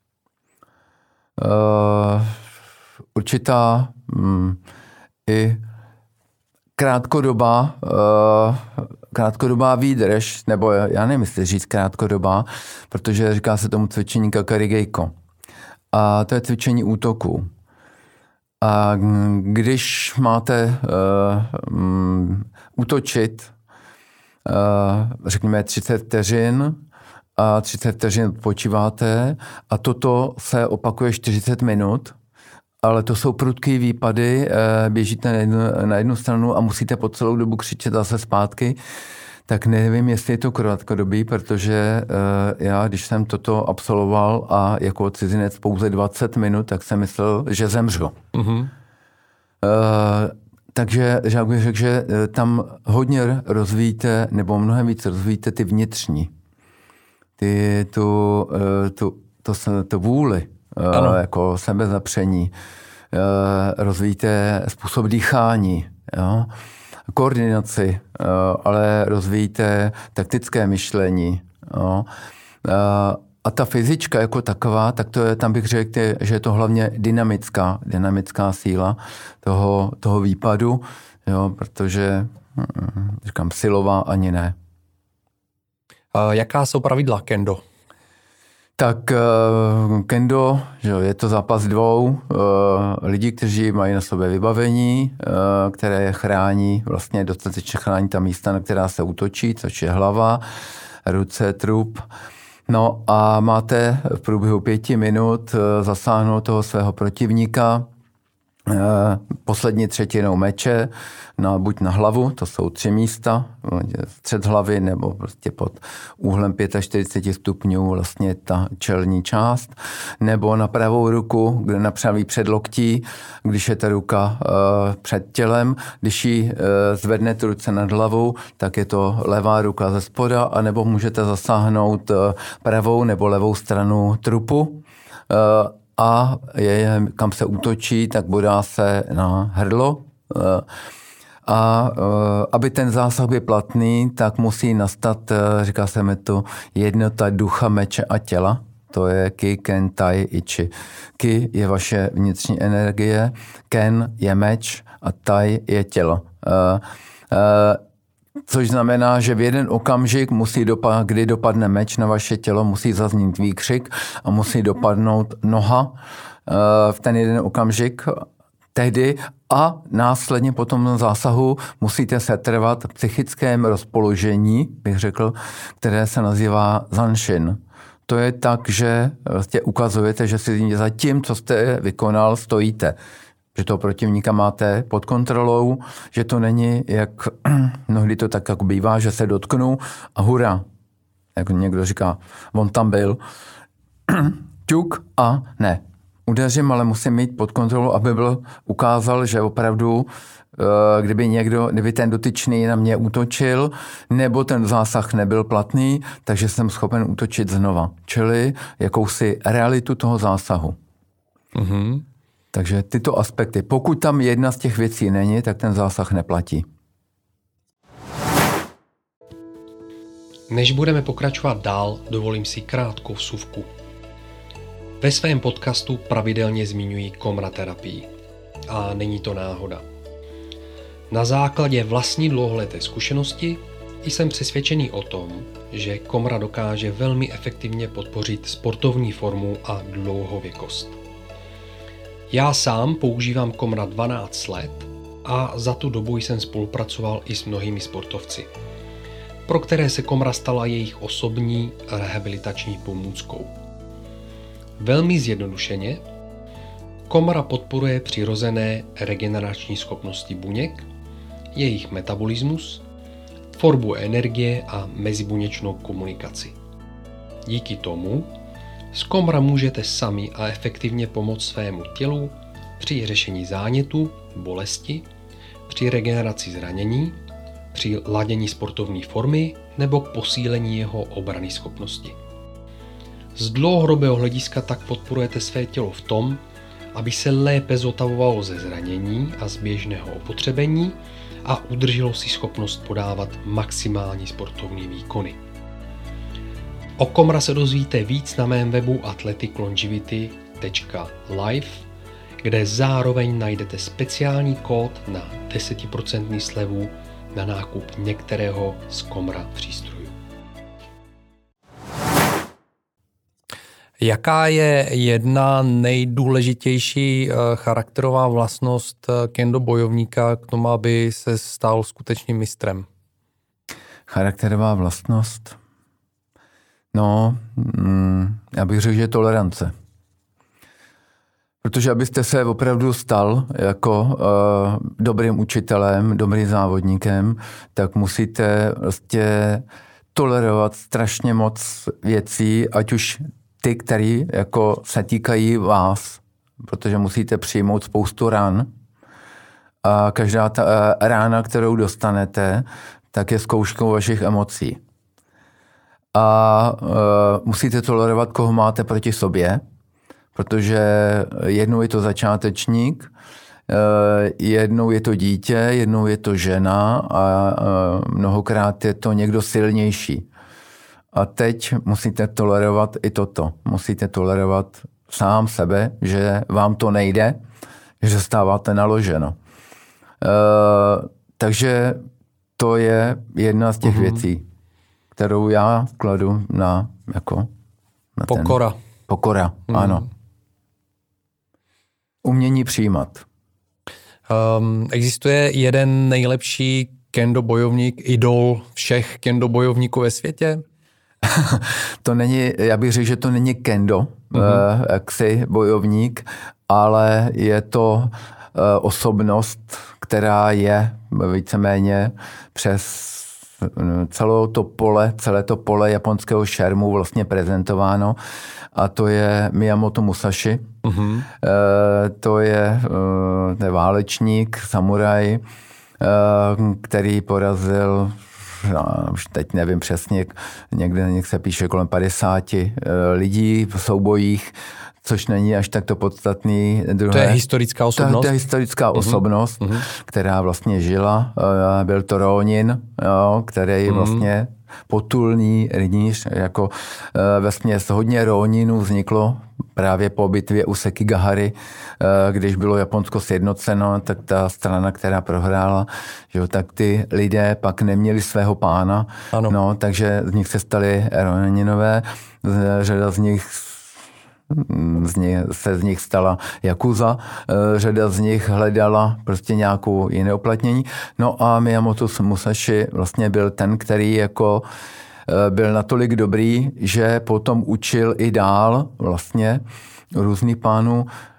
uh, určitá um, i krátkodobá, uh, krátkodobá výdrž, nebo já nevím, jestli říct krátkodobá, protože říká se tomu cvičení kakarigejko. A to je cvičení útoku. A když máte uh, um, útočit, uh, řekněme třicet vteřin, a třicet vteřin odpočíváte a toto se opakuje čtyřicet minut, ale to jsou prudký výpady, běžíte na jednu, na jednu stranu a musíte po celou dobu křičet zase zpátky, tak nevím, jestli je to krátkodobý, protože já, když jsem toto absolvoval a jako cizinec pouze dvacet minut, tak jsem myslel, že zemřu. Mm-hmm. Uh, takže já bych řekl, že tam hodně rozvíjíte, nebo mnohem víc rozvíjíte ty vnitřní, ty, tu, tu, to, to, to vůli. Ano. Jako sebezapření, rozvíjíte způsob dýchání, jo? Koordinaci, ale rozvíjíte taktické myšlení. Jo? A ta fyzička jako taková, tak to je, tam bych řekl, že je to hlavně dynamická, dynamická síla toho, toho výpadu, jo? Protože, říkám, silová ani ne. A jaká jsou pravidla kendo? Tak kendo, že je to zápas dvou lidí, kteří mají na sobě vybavení, které je chrání, vlastně dostatečně chrání ta místa, na která se útočí, což je hlava, ruce, trup. No a máte v průběhu pěti minut zasáhnout toho svého protivníka poslední třetinou meče, na, buď na hlavu, to jsou tři místa, střed hlavy, nebo prostě pod úhlem čtyřicet pět stupňů vlastně ta čelní část, nebo na pravou ruku, kde na pravý předloktí, když je ta ruka uh, před tělem, když ji uh, zvednete ruce nad hlavu, tak je to levá ruka ze spoda, anebo můžete zasáhnout uh, pravou nebo levou stranu trupu, uh, a je, kam se útočí, tak bodá se na hrdlo. A aby ten zásah byl platný, tak musí nastat, říká se mi to, jednota ducha, meče a těla. To je ki, ken, tai, ichi. Ki je vaše vnitřní energie, ken je meč a tai je tělo. Což znamená, že v jeden okamžik musí dopad, kdy dopadne meč na vaše tělo, musí zaznít výkřik a musí dopadnout noha v ten jeden okamžik tehdy a následně po tom zásahu musíte se trvat v psychickém rozpoložení, bych řekl, které se nazývá zanshin. To je tak, že vlastně ukazujete, že si za tím, co jste vykonal, stojíte. Že toho protivníka máte pod kontrolou, že to není, jak mnohdy to tak jako bývá, že se dotknu a hurá. Jak někdo říká, on tam byl, ťuk a ne. udeřím, ale musím mít pod kontrolou, aby byl ukázal, že opravdu, kdyby někdo, kdyby ten dotyčný na mě útočil, nebo ten zásah nebyl platný, takže jsem schopen útočit znova. Čili jakousi realitu toho zásahu. Mm-hmm. Takže tyto aspekty. Pokud tam jedna z těch věcí není, tak ten zásah neplatí. Než budeme pokračovat dál, dovolím si krátkou vsuvku. Ve svém podcastu pravidelně zmiňuji komraterapii. A není to náhoda. Na základě vlastní dlouholeté zkušenosti jsem přesvědčený o tom, že komra dokáže velmi efektivně podpořit sportovní formu a dlouhověkost. Já sám používám komra dvanáct let a za tu dobu jsem spolupracoval i s mnohými sportovci, pro které se komra stala jejich osobní rehabilitační pomůckou. Velmi zjednodušeně, komra podporuje přirozené regenerační schopnosti buněk, jejich metabolismus, tvorbu energie a mezibuněčnou komunikaci. Díky tomu z komra můžete sami a efektivně pomoct svému tělu při řešení zánětu, bolesti, při regeneraci zranění, při ladění sportovní formy nebo k posílení jeho obrany schopnosti. Z dlouhodobého hlediska tak podporujete své tělo v tom, aby se lépe zotavovalo ze zranění a z běžného opotřebení a udrželo si schopnost podávat maximální sportovní výkony. O komra se dozvíte víc na mém webu athletic longevity tečka life, kde zároveň najdete speciální kód na deset procent slevu na nákup některého z komra přístrojů. Jaká je jedna nejdůležitější charakterová vlastnost kendo bojovníka k tomu, aby se stal skutečným mistrem? Charakterová vlastnost? No, mm, já bych řekl, že je tolerance. Protože abyste se opravdu stal jako uh, dobrým učitelem, dobrým závodníkem, tak musíte vlastně tolerovat strašně moc věcí, ať už ty, které jako se týkají vás, protože musíte přijmout spoustu ran. A každá ta uh, rána, kterou dostanete, tak je zkouškou vašich emocí. A uh, musíte tolerovat, koho máte proti sobě, protože jednou je to začátečník, jednou je to dítě, jednou je to žena a mnohokrát je to někdo silnější. A teď musíte tolerovat i toto. Musíte tolerovat sám sebe, že vám to nejde, že stáváte naloženo. Takže to je jedna z těch mm-hmm. věcí, kterou já kladu na, jako, na Pokora. Ten, pokora, mm. ano. Umění přijímat. Um, existuje jeden nejlepší kendo bojovník, idol všech kendo bojovníků ve světě? To není, já bych řekl, že to není kendo, mm-hmm. uh, jaksi bojovník, ale je to uh, osobnost, která je víceméně přes celé to pole, celé to pole japonského šermu vlastně prezentováno. A to je Miyamoto Musashi. Mm-hmm. E, to je, to je válečník, samuraj, e, který porazil, no, už teď nevím přesně, někde, někde se píše kolem padesáti lidí v soubojích, což není až takto podstatný. Druhé, to je historická osobnost? To, to je historická mm-hmm. osobnost, mm-hmm. která vlastně žila. Byl to Ronin, jo, který mm-hmm. vlastně potulný rytíř, jako vesměs hodně Roninů vzniklo právě po bitvě u Sekigahary, když bylo Japonsko sjednoceno, tak ta strana, která prohrála, že, tak ty lidé pak neměli svého pána, no, takže z nich se stali Roninové, řada z nich Z nich, se z nich stala Yakuza, řada z nich hledala prostě nějakou jiné uplatnění. No a Miyamoto Musashi vlastně byl ten, který jako byl natolik dobrý, že potom učil i dál vlastně různých pánů.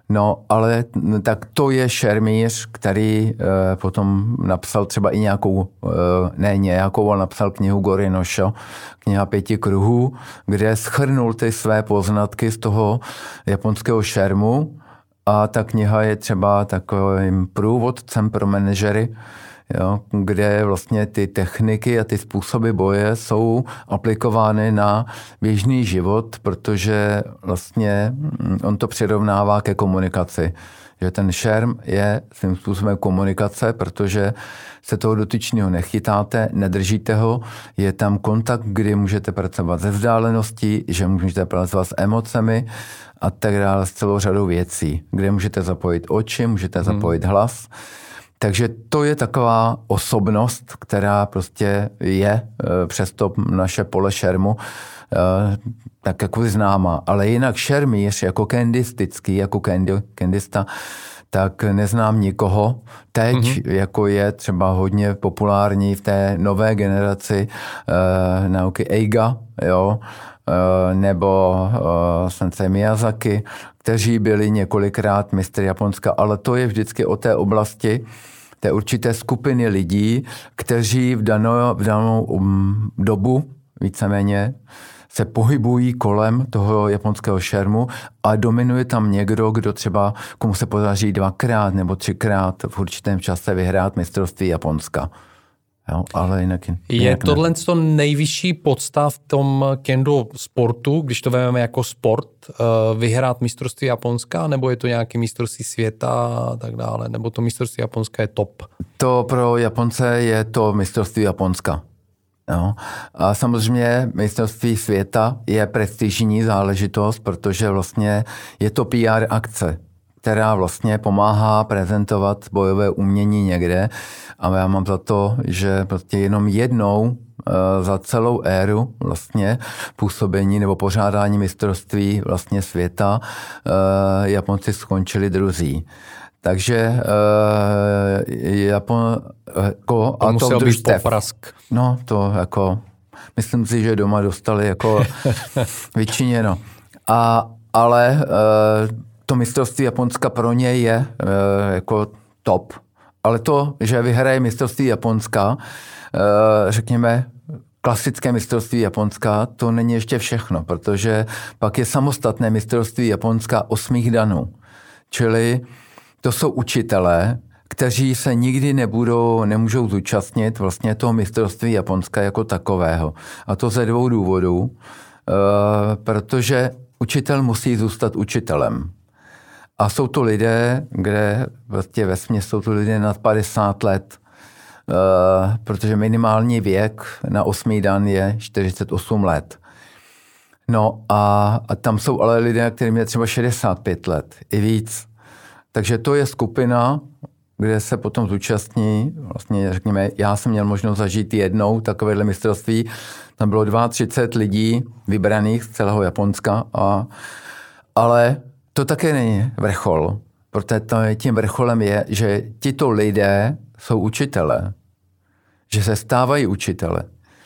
No, ale tak to je šermíř, který e, potom napsal třeba i nějakou, e, ne nějakou, ale napsal knihu Gorinošo, kniha Pěti kruhů, kde shrnul ty své poznatky z toho japonského šermu a ta kniha je třeba takovým průvodcem pro manažery, jo, kde vlastně ty techniky a ty způsoby boje jsou aplikovány na běžný život, protože vlastně on to přirovnává ke komunikaci. Že ten šerm je svým způsobem komunikace, protože se toho dotyčného nechytáte, nedržíte ho, je tam kontakt, kdy můžete pracovat ze vzdálenosti, že můžete pracovat s emocemi a tak dále, s celou řadou věcí, kde můžete zapojit oči, můžete zapojit hlas. Takže to je taková osobnost, která prostě je přes to naše pole šermu tak jako známá. Ale jinak šermíř jako kendistický, jako kendi, kendista, tak neznám nikoho. Teď, mm-hmm. jako je třeba hodně populární v té nové generaci uh, nauky Eiga, jo, uh, nebo uh, sensei Miyazaki, kteří byli několikrát mistry Japonska, ale to je vždycky o té oblasti, té určité skupiny lidí, kteří v danou, v danou um, dobu víceméně se pohybují kolem toho japonského šermu a dominuje tam někdo, kdo třeba, komu se podaří dvakrát nebo třikrát v určitém čase vyhrát mistrovství Japonska. Jo, ale jinak, jinak je tohle to nejvyšší podstav v tom kendo sportu, když to vezmeme jako sport, vyhrát mistrovství Japonska, nebo je to nějaké mistrovství světa a tak dále, nebo to mistrovství Japonska je top? To pro Japonce je to mistrovství Japonska. No. A samozřejmě mistrovství světa je prestižní záležitost, protože vlastně je to P R akce, která vlastně pomáhá prezentovat bojové umění někde. A já mám za to, že prostě jenom jednou za celou éru vlastně působení nebo pořádání mistrovství vlastně světa Japonci skončili druzí. Takže uh, Japonsko a to musel být poprask. No to jako, myslím si, že doma dostali jako vyčiněno. A, ale uh, to mistrovství Japonska pro ně je uh, jako top. Ale to, že vyhraje mistrovství Japonska, uh, řekněme, klasické mistrovství Japonska, to není ještě všechno, protože pak je samostatné mistrovství Japonska osmých danů. Čili to jsou učitelé, kteří se nikdy nebudou, nemůžou zúčastnit vlastně toho mistrovství Japonska jako takového. A to ze dvou důvodů, protože učitel musí zůstat učitelem. A jsou to lidé, kde vlastně vesměs jsou to lidé nad padesát let, protože minimální věk na osmý dan je čtyřicet osm let. No a, a tam jsou ale lidé, kterým je třeba šedesát pět let i víc. Takže to je skupina, kde se potom zúčastní, vlastně řekněme, já jsem měl možnost zažít jednou takovéhle mistrovství, tam bylo třicet dva lidí vybraných z celého Japonska, a, ale to také není vrchol, protože tím vrcholem je, že tito lidé jsou učitelé, že se stávají učitele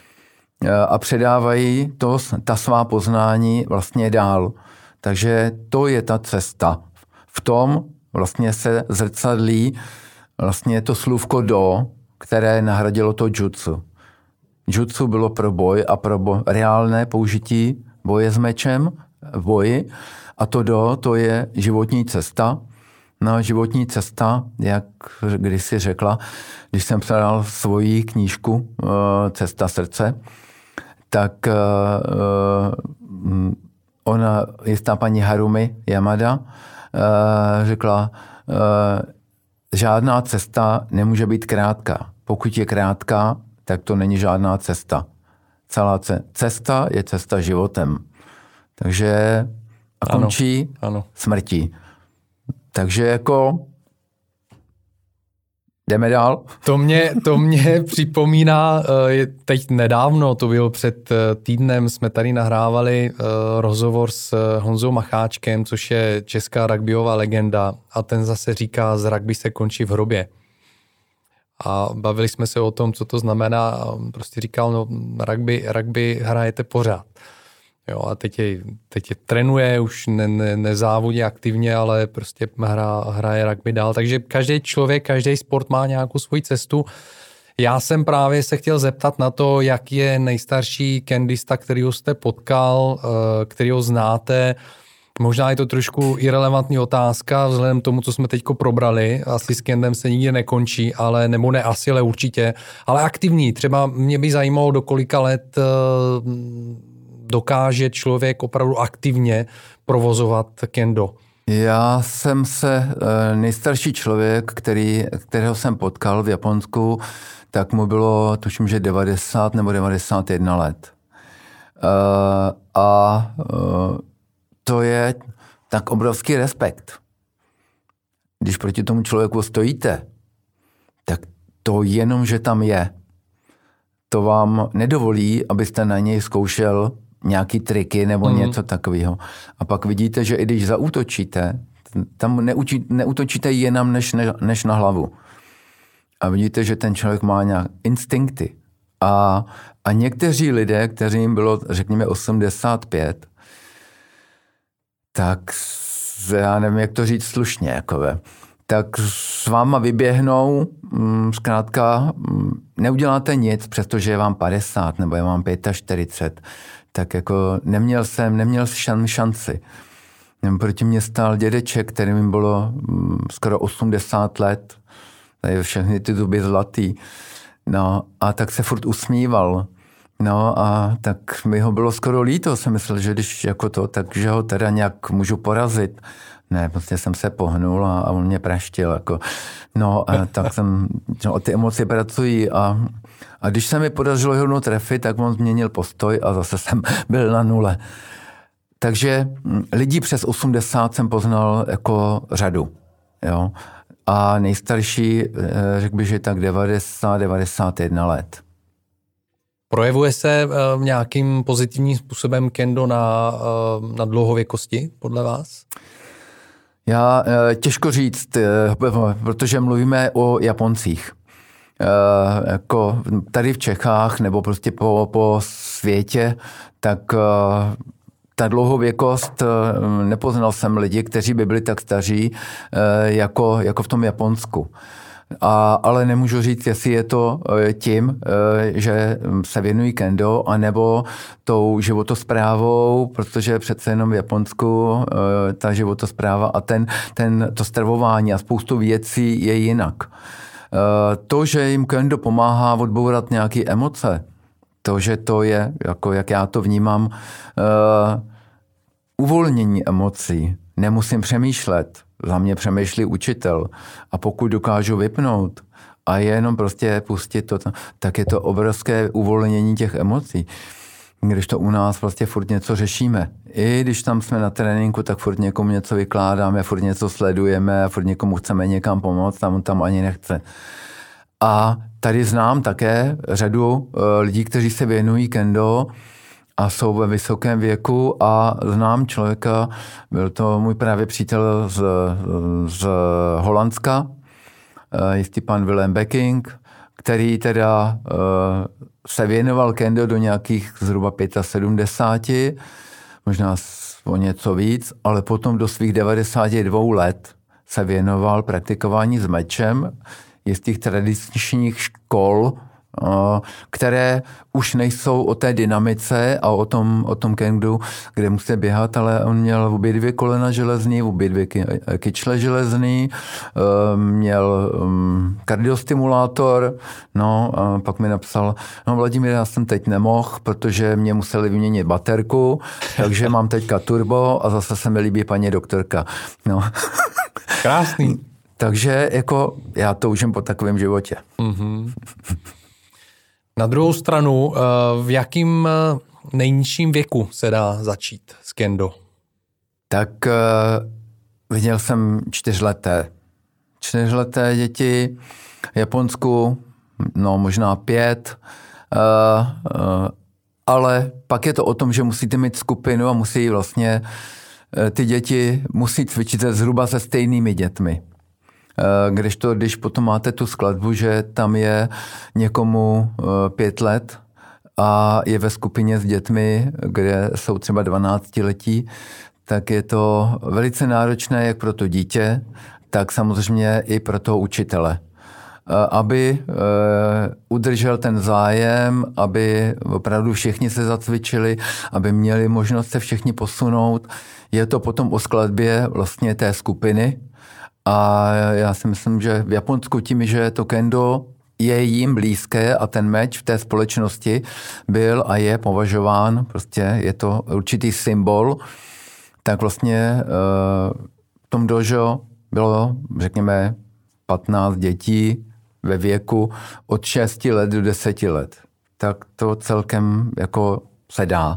a předávají to, ta svá poznání vlastně dál. Takže to je ta cesta. V tom vlastně se zrcadlí vlastně to slůvko do, které nahradilo to jutsu. Jutsu bylo pro boj a pro boj, reálné použití boje s mečem v boji a to do, to je životní cesta. No, životní cesta, jak kdysi řekla, když jsem psal svoji knížku Cesta srdce, tak ona, jistá paní Harumi Yamada, řekla, žádná cesta nemůže být krátká. Pokud je krátká, tak to není žádná cesta. Celá cesta je cesta životem. Takže a končí ano, ano. smrtí. Takže jako jdeme dál. To mě, to mě připomíná, teď nedávno, to bylo před týdnem, jsme tady nahrávali rozhovor s Honzou Macháčkem, což je česká rugbyová legenda, a ten zase říká, z rugby se končí v hrobě. A bavili jsme se o tom, co to znamená, a prostě říkal, no rugby, rugby hrajete pořád. Jo, a teď je, teď je trénuje, už ne, ne, nezávodí aktivně, ale prostě hra, hraje rugby dál. Takže každý člověk, každý sport má nějakou svoji cestu. Já jsem právě se chtěl zeptat na to, jak je nejstarší kendista, kterýho jste potkal, kterýho znáte. Možná je to trošku irelevantní otázka, vzhledem k tomu, co jsme teďko probrali. Asi s kendem se nikdy nekončí, ale nebo ne asi, ale určitě. Ale aktivní. Třeba mě by zajímalo, do kolika let dokáže člověk opravdu aktivně provozovat kendo. Já jsem se, nejstarší člověk, který, kterého jsem potkal v Japonsku, tak mu bylo, tuším, že devadesát nebo devadesát jedna let. A to je tak obrovský respekt. Když proti tomu člověku stojíte, tak to jenom, že tam je, to vám nedovolí, abyste na něj zkoušel nějaký triky nebo mm. něco takového. A pak vidíte, že i když zaútočíte, tam neučí, neútočíte jenom než, než na hlavu. A vidíte, že ten člověk má nějak instinkty. A, a někteří lidé, kteřím bylo, řekněme, osmdesát pět, tak já nevím, jak to říct slušně, jakové, tak s váma vyběhnou, zkrátka neuděláte nic, přestože je vám padesát nebo je vám čtyřicet pět, tak jako neměl jsem, neměl šan, šanci. Proti mě stál dědeček, který mi bylo skoro osmdesát let, tady všechny ty zuby zlatý, no a tak se furt usmíval. No a tak mi ho bylo skoro líto, jsem myslel, že když jako to, takže ho teda nějak můžu porazit. Ne, prostě jsem se pohnul a, a on mě praštil. Jako. No a tak jsem, no, ty emoce pracují a, a když se mi podařilo hodnou trefit, tak on změnil postoj a zase jsem byl na nule. Takže lidí přes osmdesát jsem poznal jako řadu. Jo. A nejstarší, řekl bych, že tak devadesát devadesát jedna let. Projevuje se uh, nějakým pozitivním způsobem kendo na, uh, na dlouhověkosti, podle vás? Já uh, těžko říct, uh, protože mluvíme o Japoncích. Uh, jako tady v Čechách nebo prostě po, po světě, tak uh, ta dlouhověkost, uh, nepoznal jsem lidi, kteří by byli tak staří, uh, jako, jako v tom Japonsku. A, ale nemůžu říct, jestli je to tím, že se věnují kendo, anebo tou životosprávou, protože přece jenom v Japonsku ta životospráva a ten, ten, to stravování a spoustu věcí je jinak. To, že jim kendo pomáhá odbourat nějaké emoce, to, že to je, jako jak já to vnímám, uvolnění emocí, nemusím přemýšlet, za mě přemýšlí učitel. A pokud dokážu vypnout a jenom prostě pustit to, tak je to obrovské uvolnění těch emocí. Když to u nás prostě furt něco řešíme. I když tam jsme na tréninku, tak furt někomu něco vykládáme, furt něco sledujeme, furt někomu chceme někam pomoct, tam tam ani nechce. A tady znám také řadu lidí, kteří se věnují kendo a jsou ve vysokém věku a znám člověka, byl to můj právě přítel z, z Holandska, jistý pan Willem Becking, který teda se věnoval kendo do nějakých zhruba sedmdesát pět, možná o něco víc, ale potom do svých devadesát dva let se věnoval praktikování s mečem jistých tradičních škol, které už nejsou o té dynamice a o tom, o tom kendu, kde musí běhat, ale on měl obě dvě kolena železný, obě dvě kyčle železný, měl kardiostimulátor, no a pak mi napsal, no Vladimír, já jsem teď nemohl, protože mě museli vyměnit baterku, takže mám teďka turbo a zase se mi líbí paní doktorka. No. Krásný. Takže jako já toužím po takovém životě. Mm-hmm. Na druhou stranu, v jakým nejnižším věku se dá začít s kendo? Tak viděl jsem čtyřleté. Čtyřleté děti v Japonsku, no možná pět, ale pak je to o tom, že musíte mít skupinu a musí vlastně ty děti musí cvičit zhruba se stejnými dětmi. Když to, když potom máte tu skladbu, že tam je někomu pět let a je ve skupině s dětmi, kde jsou třeba dvanáctiletí, tak je to velice náročné jak pro to dítě, tak samozřejmě i pro toho učitele. Aby udržel ten zájem, aby opravdu všichni se zacvičili, aby měli možnost se všichni posunout. Je to potom o skladbě vlastně té skupiny a já si myslím, že v Japonsku tím, že to kendo je jim blízké a ten meč v té společnosti byl a je považován, prostě je to určitý symbol, tak vlastně v tom dojo bylo, řekněme, patnáct dětí ve věku od šesti let do deseti let. Tak to celkem jako se dá.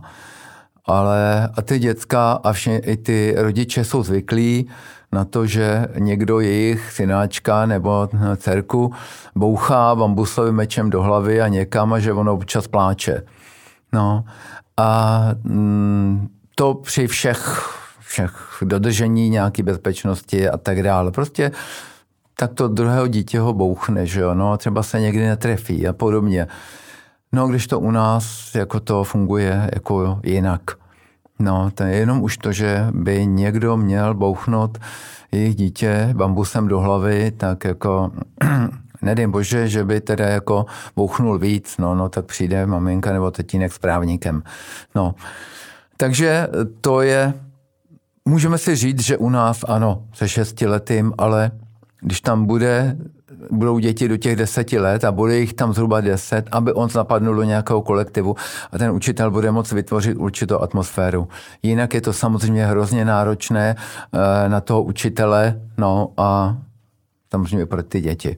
Ale a ty děcka a vše, i ty rodiče jsou zvyklí na to, že někdo jejich synáčka nebo dcerku bouchá bambusovým mečem do hlavy a někam a že ono občas pláče. No a mm, to při všech, všech dodržení nějaké bezpečnosti a tak dále. Prostě tak to druhého dítě ho bouchne, že jo, no, třeba se někdy netrefí a podobně. No, když to u nás jako to funguje jako jinak. No, to je jenom už to, že by někdo měl bouchnout jejich dítě bambusem do hlavy, tak jako nedej bože, že by teda jako bouchnul víc, no, no, tak přijde maminka nebo tatínek s právníkem. No, takže to je, můžeme si říct, že u nás ano, se šestiletým, ale když tam bude, budou děti do těch deseti let a bude jich tam zhruba deset, aby on zapadnul do nějakého kolektivu a ten učitel bude moct vytvořit určitou atmosféru. Jinak je to samozřejmě hrozně náročné na toho učitele, no a samozřejmě pro ty děti.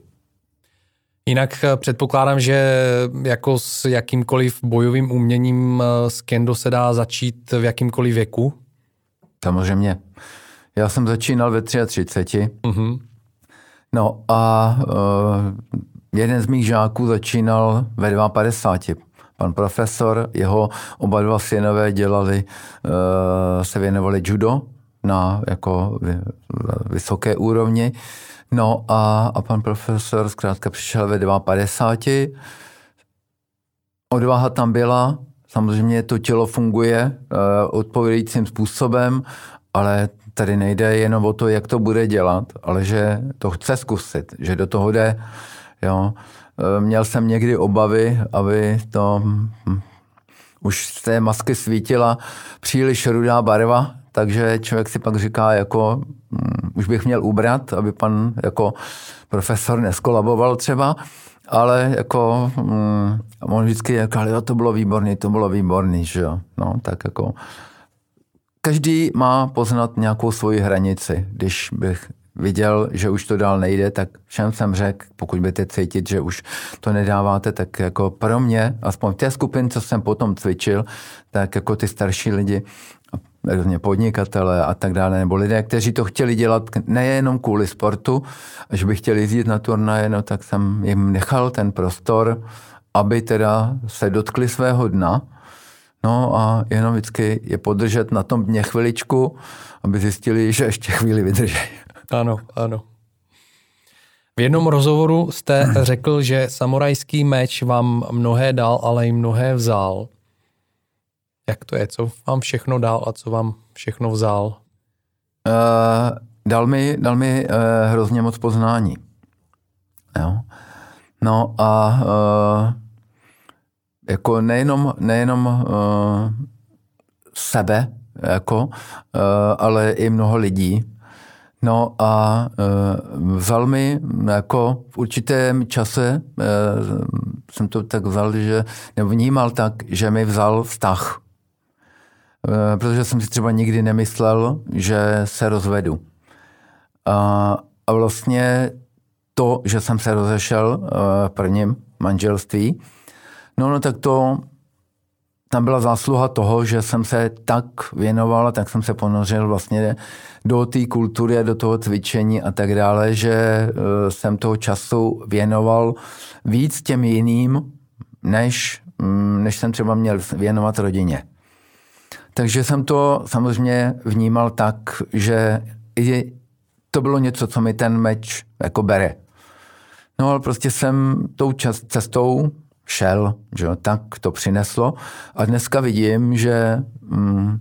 Jinak předpokládám, že jako s jakýmkoliv bojovým uměním s kendo se dá začít v jakýmkoliv věku? Samozřejmě. Já jsem začínal ve třiceti tři. Mhm. No a uh, jeden z mých žáků začínal ve padesáti dva. Pan profesor, jeho oba dva synové dělali, uh, se věnovali judo na jako vysoké úrovni. No a, a pan profesor zkrátka přišel ve padesáti dva. Odvaha tam byla, samozřejmě to tělo funguje uh, odpovědajícím způsobem, ale tady nejde jenom o to, jak to bude dělat, ale že to chce zkusit, že do toho jde. Jo. Měl jsem někdy obavy, aby to hm, už z té masky svítila příliš rudá barva, takže člověk si pak říká, jako hm, už bych měl ubrat, aby pan jako profesor neskolaboval třeba, ale jako hm, on vždycky říkal, jo, to bylo výborný, to bylo výborný, že jo. No, tak jako každý má poznat nějakou svoji hranici. Když bych viděl, že už to dál nejde, tak všem jsem řekl, pokud budete cítit, že už to nedáváte, tak jako pro mě, aspoň v té skupině, co jsem potom cvičil, tak jako ty starší lidi, různě podnikatele a tak dále, nebo lidé, kteří to chtěli dělat nejenom kvůli sportu, že by chtěli jít na turnaje, no tak jsem jim nechal ten prostor, aby teda se dotkli svého dna. No a jenom vždycky je podržet na tom dně chviličku, aby zjistili, že ještě chvíli vydrží. Ano, ano. V jednom rozhovoru jste řekl, že samurajský meč vám mnohé dal, ale i mnohé vzal. Jak to je? Co vám všechno dal a co vám všechno vzal? Uh, dal mi, dal mi uh, hrozně moc poznání. Jo. No a uh, jako nejenom, nejenom uh, sebe, jako, uh, ale i mnoho lidí. No a uh, vzal mi jako v určitém čase, uh, jsem to tak vzal, že nebo vnímal tak, že mi vzal vztah. Uh, protože jsem si třeba nikdy nemyslel, že se rozvedu. Uh, a vlastně to, že jsem se rozešel uh, v prvním manželství, no, no tak to, tam byla zásluha toho, že jsem se tak věnoval a tak jsem se ponořil vlastně do té kultury a do toho cvičení a tak dále, že jsem toho času věnoval víc těm jiným, než, než jsem třeba měl věnovat rodině. Takže jsem to samozřejmě vnímal tak, že to bylo něco, co mi ten meč jako bere. No ale prostě jsem tou cestou šel, že jo, tak to přineslo. A dneska vidím, že mm,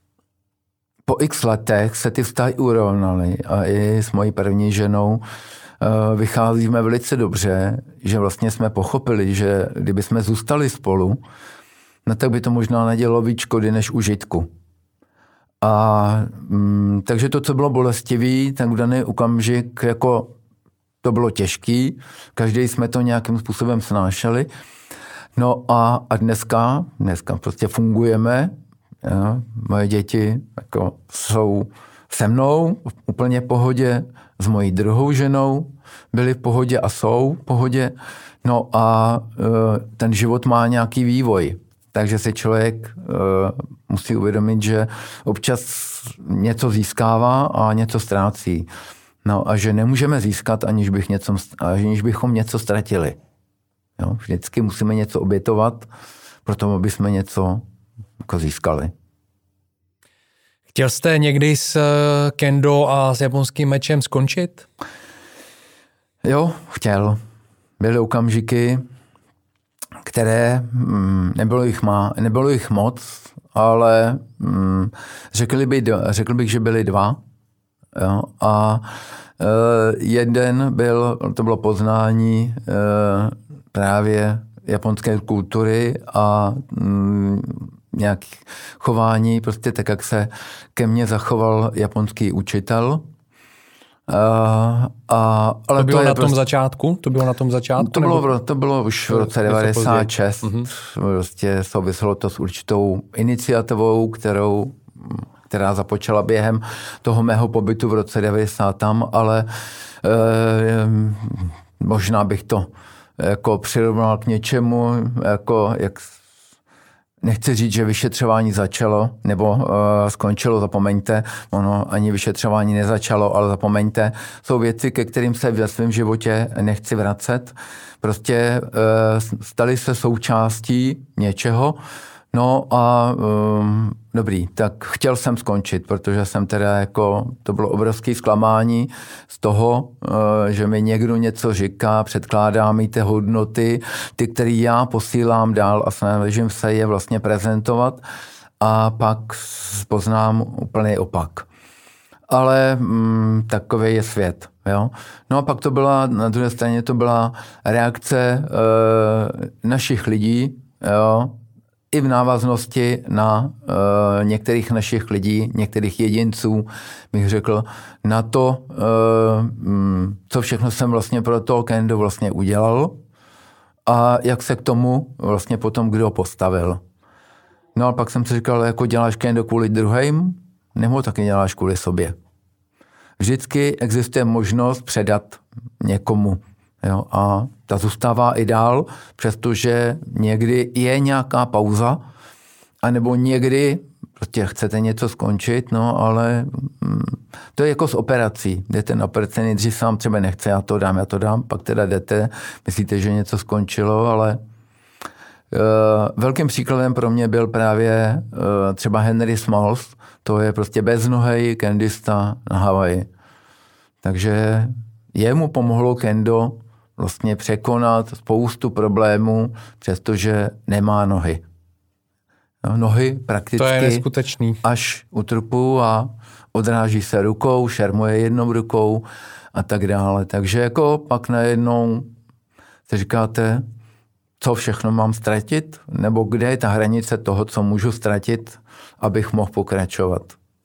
po x letech se ty vztahy urovnaly a i s mojí první ženou uh, vycházíme velice dobře, že vlastně jsme pochopili, že kdyby jsme zůstali spolu, no tak by to možná nedělo víc škody než užitku. A mm, takže to, co bylo bolestivý, tak v daný okamžik jako to bylo těžký, každý jsme to nějakým způsobem snášeli. No a, a dneska, dneska prostě fungujeme, jo, moje děti jako jsou se mnou v úplně pohodě, s mojí druhou ženou byli v pohodě a jsou v pohodě. No a e, ten život má nějaký vývoj. Takže si člověk e, musí uvědomit, že občas něco získává a něco ztrácí. No a že nemůžeme získat, aniž, bych něco, aniž bychom něco ztratili. Jo? Vždycky musíme něco obětovat, proto aby jsme něco jako získali. Chtěl jste někdy s kendo a s japonským mečem skončit? Jo, chtěl. Byly okamžiky, které mm, nebylo, jich má, nebylo jich moc, ale mm, řekl, by, řekl bych, že byly dva. Jo? A e, jeden byl, to bylo poznání e, právě japonské kultury a mm, nějaké chování, prostě tak, jak se ke mně zachoval japonský učitel. Uh, a, ale to bylo to na tom prostě, začátku? To bylo na tom začátku? To bylo, nebo? to bylo už v roce devadesát šest. Uh-huh. Prostě souviselo to s určitou iniciativou, kterou, která započala během toho mého pobytu v roce devadesát tam, ale uh, možná bych to jako přirovnal k něčemu, jako jak nechci říct, že vyšetřování začalo, nebo uh, skončilo, zapomeňte. Ono ani vyšetřování nezačalo, ale zapomeňte. Jsou věci, ke kterým se ve svém životě nechci vracet. Prostě uh, staly se součástí něčeho. No a um, dobrý, tak chtěl jsem skončit, protože jsem teda jako, to bylo obrovské zklamání z toho, uh, že mi někdo něco říká, předkládá mi ty hodnoty, ty, které já posílám dál a snažím se je vlastně prezentovat a pak poznám úplný opak. Ale mm, takový je svět. Jo? No a pak to byla, na druhé straně to byla reakce uh, našich lidí, jo? I v návaznosti na uh, některých našich lidí, některých jedinců, bych řekl, na to, uh, um, co všechno jsem vlastně pro to kendo vlastně udělal a jak se k tomu vlastně potom kdo postavil. No a pak jsem si říkal, jako děláš kendo kvůli druhým, nebo taky děláš kvůli sobě. Vždycky existuje možnost předat někomu. Jo, a ta zůstává i dál, přestože někdy je nějaká pauza, anebo někdy prostě chcete něco skončit, no ale mm, to je jako s operací. Jdete na operaci, nejdřív sám třeba nechce, já to dám, já to dám, pak teda jdete, myslíte, že něco skončilo, ale uh, velkým příkladem pro mě byl právě uh, třeba Henry Smalls, to je prostě beznohej kendista na Havaji. Takže jemu pomohlo kendo vlastně překonat spoustu problémů, přestože nemá nohy. No, nohy prakticky to je neskutečný. Až u trupu a odráží se rukou, šermuje jednou rukou a tak dále. Takže jako pak najednou si říkáte, co všechno mám ztratit, nebo kde je ta hranice toho, co můžu ztratit, abych mohl pokračovat.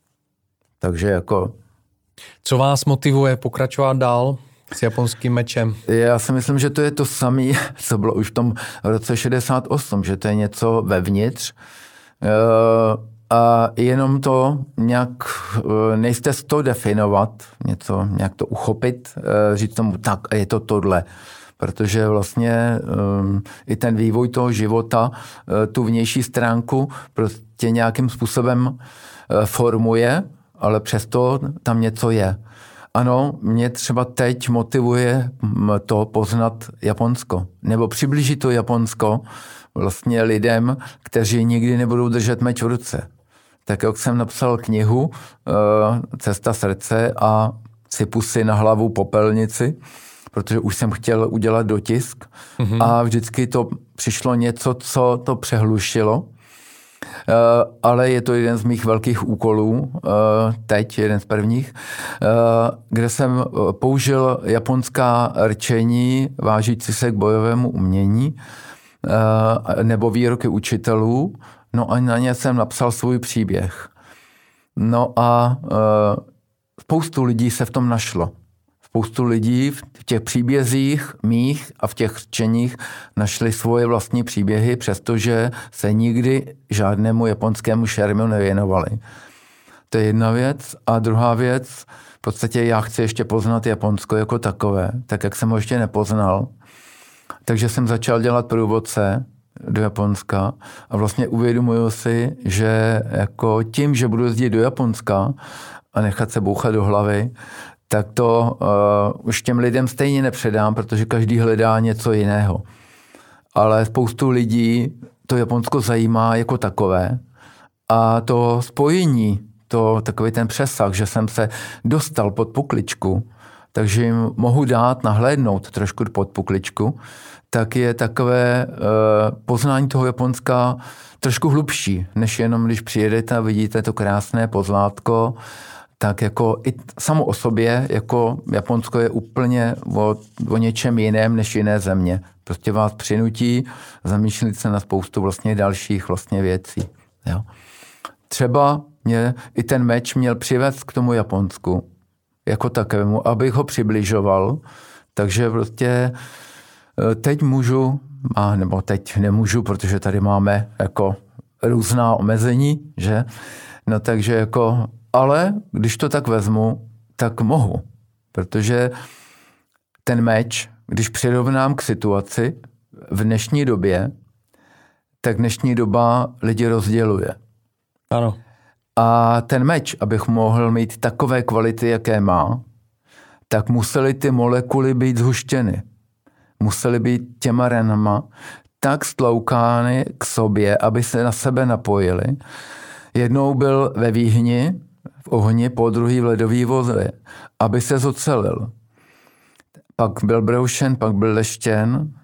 Takže jako... Co vás motivuje pokračovat dál s japonským mečem? Já si myslím, že to je to samé, co bylo už v tom roce šedesát osm, že to je něco vevnitř a jenom to nějak, nejste to definovat, něco, nějak to uchopit, říct tomu tak a je to tohle. Protože vlastně um, i ten vývoj toho života uh, tu vnější stránku prostě nějakým způsobem uh, formuje, ale přesto tam něco je. Ano, mě třeba teď motivuje to poznat Japonsko, nebo přiblížit to Japonsko vlastně lidem, kteří nikdy nebudou držet meč v ruce. Tak jak jsem napsal knihu uh, Cesta srdce a sypu si na hlavu popelnici, protože už jsem chtěl udělat dotisk mm-hmm. a vždycky to přišlo něco, co to přehlušilo. Uh, ale je to jeden z mých velkých úkolů, uh, teď jeden z prvních, uh, kde jsem použil japonská rčení vážící se k bojovému umění uh, nebo výroky učitelů, no a na ně jsem napsal svůj příběh. No a uh, spoustu lidí se v tom našlo. Spoustu lidí v těch příbězích mých a v těch řečeních našli svoje vlastní příběhy, přestože se nikdy žádnému japonskému šermu nevěnovali. To je jedna věc. A druhá věc, v podstatě já chci ještě poznat Japonsko jako takové, tak jak jsem ho ještě nepoznal. Takže jsem začal dělat průvodce do Japonska a vlastně uvědomuju si, že jako tím, že budu jezdit do Japonska a nechat se bouchat do hlavy, tak to uh, už těm lidem stejně nepředám, protože každý hledá něco jiného. Ale spoustu lidí to Japonsko zajímá jako takové. A to spojení, to takový ten přesah, že jsem se dostal pod pukličku, takže jim mohu dát, nahlédnout trošku pod pukličku, tak je takové uh, poznání toho Japonska trošku hlubší, než jenom když přijedete a vidíte to krásné pozlátko, tak jako i samo o sobě, jako Japonsko je úplně o, o něčem jiném než jiné země. Prostě vás přinutí zamýšlet se na spoustu vlastně dalších vlastně věcí. Jo. Třeba mě i ten meč měl přivést k tomu Japonsku jako takovému, abych ho přibližoval. Takže prostě teď můžu, a nebo teď nemůžu, protože tady máme jako různá omezení, že? No takže jako ale když to tak vezmu, tak mohu, protože ten meč, když přirovnám k situaci v dnešní době, tak dnešní doba lidi rozděluje. Ano. A ten meč, abych mohl mít takové kvality, jaké má, tak musely ty molekuly být zhuštěny. Musely být těma ranama tak stloukány k sobě, aby se na sebe napojily. Jednou byl ve výhni, v ohni, po druhý v ledový voze, aby se zocelil. Pak byl broušen, pak byl leštěn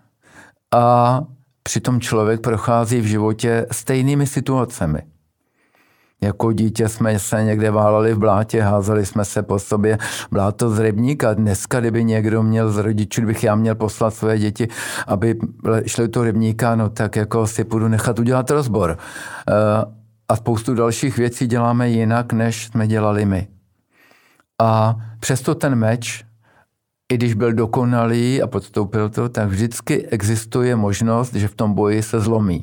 a přitom člověk prochází v životě stejnými situacemi. Jako dítě jsme se někde váleli v blátě, házeli jsme se po sobě bláto z rybníka. Dneska, kdyby někdo měl z rodičů, kdybych já měl poslat své děti, aby šli do rybníka, no tak jako si půjdu nechat udělat rozbor. A spoustu dalších věcí děláme jinak, než jsme dělali my. A přesto ten meč, i když byl dokonalý a podstoupil to, tak vždycky existuje možnost, že v tom boji se zlomí.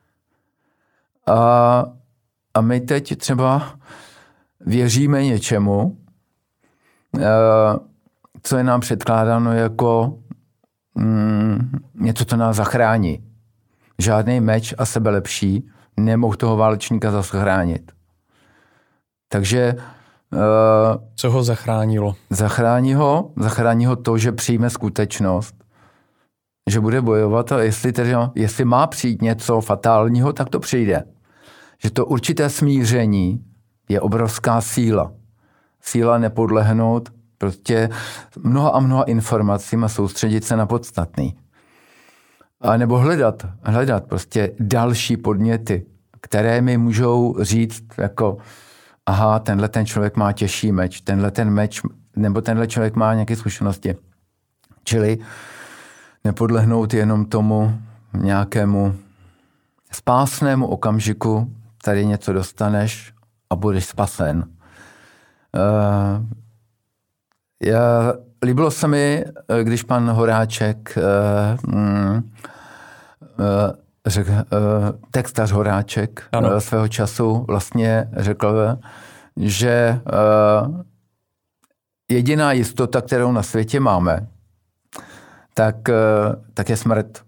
A, a my teď třeba věříme něčemu, co je nám předkládáno jako mm, něco, co nás zachrání. Žádný meč a sebelepší nemohl toho válečníka zachránit. Takže uh, co ho zachránilo? Zachrání ho, zachrání ho to, že přijme skutečnost, že bude bojovat a jestli, tedy, jestli má přijít něco fatálního, tak to přijde. Že to určité smíření je obrovská síla. Síla nepodlehnout prostě mnoha a mnoha informacím a soustředit se na podstatný. A nebo hledat, hledat prostě další podněty, které mi můžou říct jako aha, tenhle ten člověk má těžší meč, tenhle ten meč, nebo tenhle člověk má nějaké zkušenosti. Čili nepodlehnout jenom tomu nějakému spásnému okamžiku, tady něco dostaneš a budeš spasen. Uh, já, líbilo se mi, když pan Horáček, uh, uh, řek, uh, textař Horáček uh, svého času vlastně řekl, že uh, jediná jistota, kterou na světě máme, tak, uh, tak je smrt.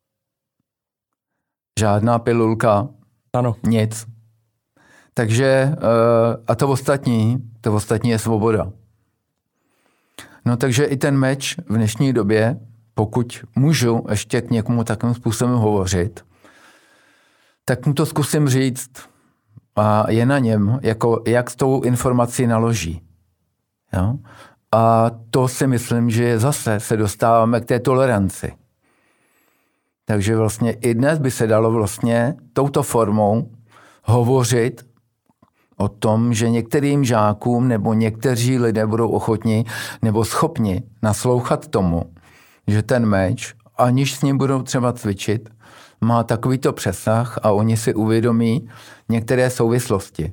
Žádná pilulka, ano. Nic. Takže uh, a to ostatní, to ostatní je svoboda. No takže i ten meč v dnešní době, pokud můžu ještě k někomu takovým způsobem hovořit, tak mu to zkusím říct a je na něm, jako jak s tou informací naloží. Jo? A to si myslím, že zase se dostáváme k té toleranci. Takže vlastně i dnes by se dalo vlastně touto formou hovořit o tom, že některým žákům nebo někteří lidé budou ochotni nebo schopni naslouchat tomu, že ten meč, aniž s ním budou třeba cvičit, má takovýto přesah a oni si uvědomí některé souvislosti.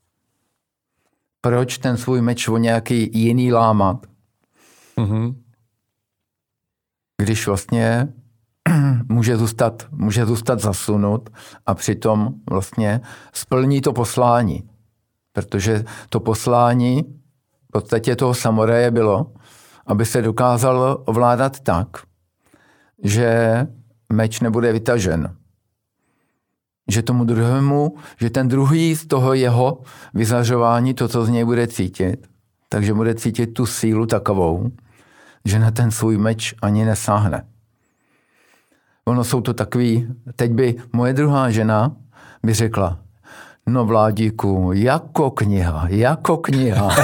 Proč ten svůj meč o nějaký jiný lámat? Mm-hmm. Když vlastně může zůstat, může zůstat zasunut a přitom vlastně splní to poslání. Protože to poslání v podstatě toho samuraje bylo, aby se dokázal ovládat tak, že meč nebude vytažen. Že tomu druhému, že ten druhý z toho jeho vyzařování, to, co z něj bude cítit, takže bude cítit tu sílu takovou, že na ten svůj meč ani nesáhne. Ono jsou to takový, teď by moje druhá žena by řekla, no Vládíku, jako kniha, jako kniha.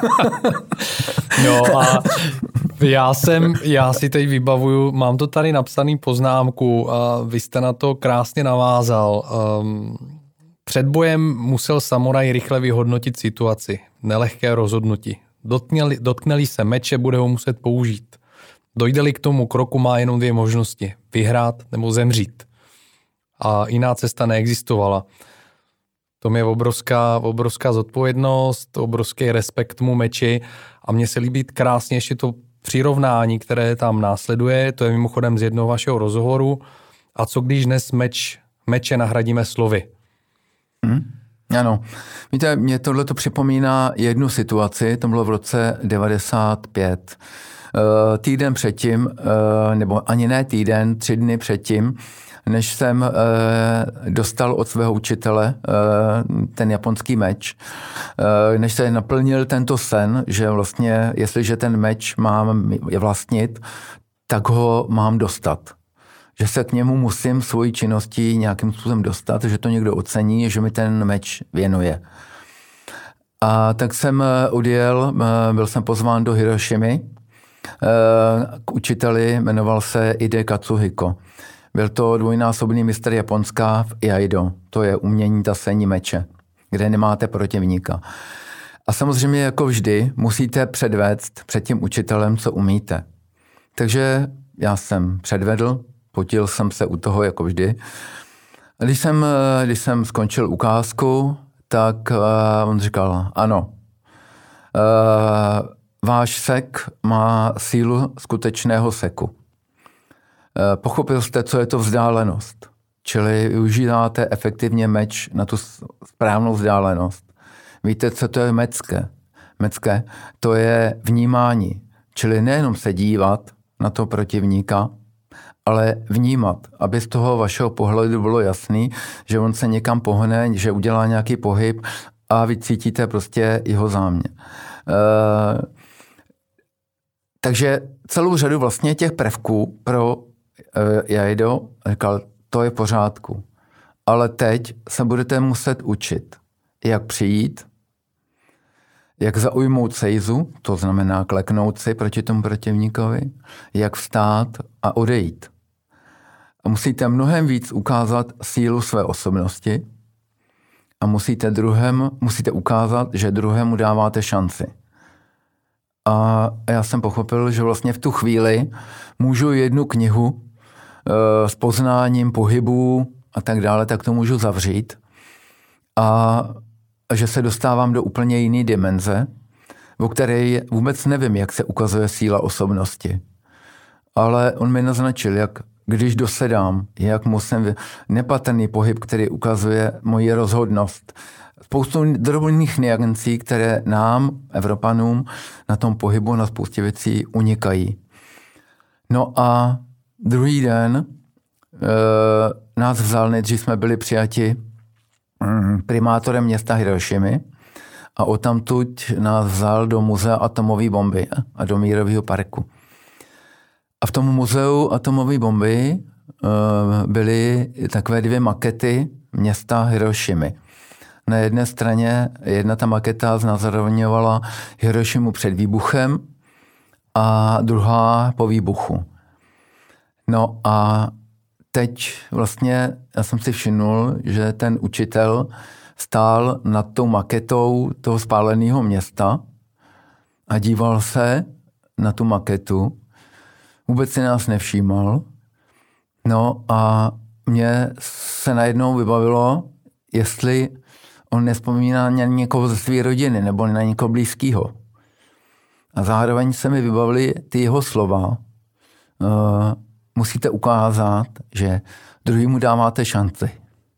No a já jsem, já si teď vybavuju, mám to tady napsaný poznámku a vy jste na to krásně navázal. Um, před bojem musel samuraj rychle vyhodnotit situaci. Nelehké rozhodnutí. Dotkneli, dotkneli se meče, bude ho muset použít. Dojde-li k tomu kroku, má jenom dvě možnosti. Vyhrát nebo zemřít. A jiná cesta neexistovala. To je obrovská, obrovská zodpovědnost, obrovský respekt mu meči a mně se líbí krásně ještě to přirovnání, které tam následuje, to je mimochodem z jednoho vašeho rozhovoru. A co když dnes meč, meče nahradíme slovy? Hmm. Ano. Víte, mě tohle to připomíná jednu situaci, to bylo v roce devadesát pět. Týden předtím, nebo ani ne týden, tři dny předtím, než jsem dostal od svého učitele ten japonský meč, než se naplnil tento sen, že vlastně, jestliže ten meč mám je vlastnit, tak ho mám dostat. Že se k němu musím svojí činností nějakým způsobem dostat, že to někdo ocení, že mi ten meč věnuje. A tak jsem odjel, byl jsem pozván do Hirošimy, k učiteli, jmenoval se Ide Katsuhiko. Byl to dvojnásobný mistr Japonska v Iaido. To je umění tasení meče, kde nemáte protivníka. A samozřejmě jako vždy musíte předvést před tím učitelem, co umíte. Takže já jsem předvedl, potil jsem se u toho jako vždy. A když jsem, když jsem skončil ukázku, tak on říkal, ano, váš sek má sílu skutečného seku. Pochopil jste, co je to vzdálenost. Čili využíváte efektivně meč na tu správnou vzdálenost. Víte, co to je mecké? Mecké, to je vnímání. Čili nejenom se dívat na toho protivníka, ale vnímat, aby z toho vašeho pohledu bylo jasný, že on se někam pohne, že udělá nějaký pohyb a vy cítíte prostě jeho záměr. Uh, takže celou řadu vlastně těch prvků pro uh, Iaido říkal, to je v pořádku. Ale teď se budete muset učit, jak přijít, jak zaujmout seizu, to znamená kleknout si proti tomu protivníkovi, jak vstát a odejít. A musíte mnohem víc ukázat sílu své osobnosti a musíte, druhem, musíte ukázat, že druhému dáváte šanci. A já jsem pochopil, že vlastně v tu chvíli můžu jednu knihu e, s poznáním pohybů a tak dále, tak to můžu zavřít. A že se dostávám do úplně jiné dimenze, o které vůbec nevím, jak se ukazuje síla osobnosti. Ale on mi naznačil, jak když dosedám, jak musím nepatrný pohyb, který ukazuje moji rozhodnost. Spoustu drobných niancí, které nám, Evropanům, na tom pohybu na spoustě věcí unikají. No a druhý den e, nás vzal, nejdřív jsme byli přijati primátorem města Hirošimy a odtamtud nás vzal do muzea atomové bomby a do mírového parku. A v tom muzeu atomové bomby uh, byly takové dvě makety města Hirošimy. Na jedné straně jedna ta maketa znázorňovala Hirošimu před výbuchem a druhá po výbuchu. No a teď vlastně já jsem si všimnul, že ten učitel stál nad tou maketou toho spáleného města a díval se na tu maketu. Vůbec si nás nevšímal. No a mně se najednou vybavilo, jestli on nevzpomíná na někoho ze své rodiny nebo na někoho blízkého. A zároveň se mi vybavily ty jeho slova. Uh, musíte ukázat, že druhýmu dáváte šanci.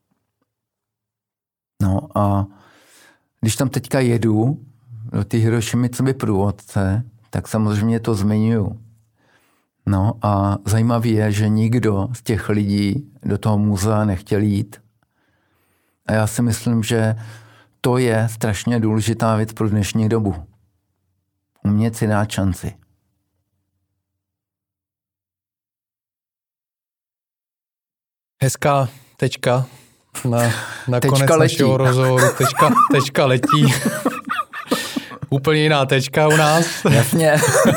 No a když tam teďka jedu do té Hirošimy co by průvodce, tak samozřejmě to zmiňuju. No a zajímavé je, že nikdo z těch lidí do toho muzea nechtěl jít. A já si myslím, že to je strašně důležitá věc pro dnešní dobu. Umět si dát šanci. Hezká tečka na, na tečka konec letí. našeho rozhovoru. Tečka, tečka letí. Úplně jiná tečka u nás. Jasně.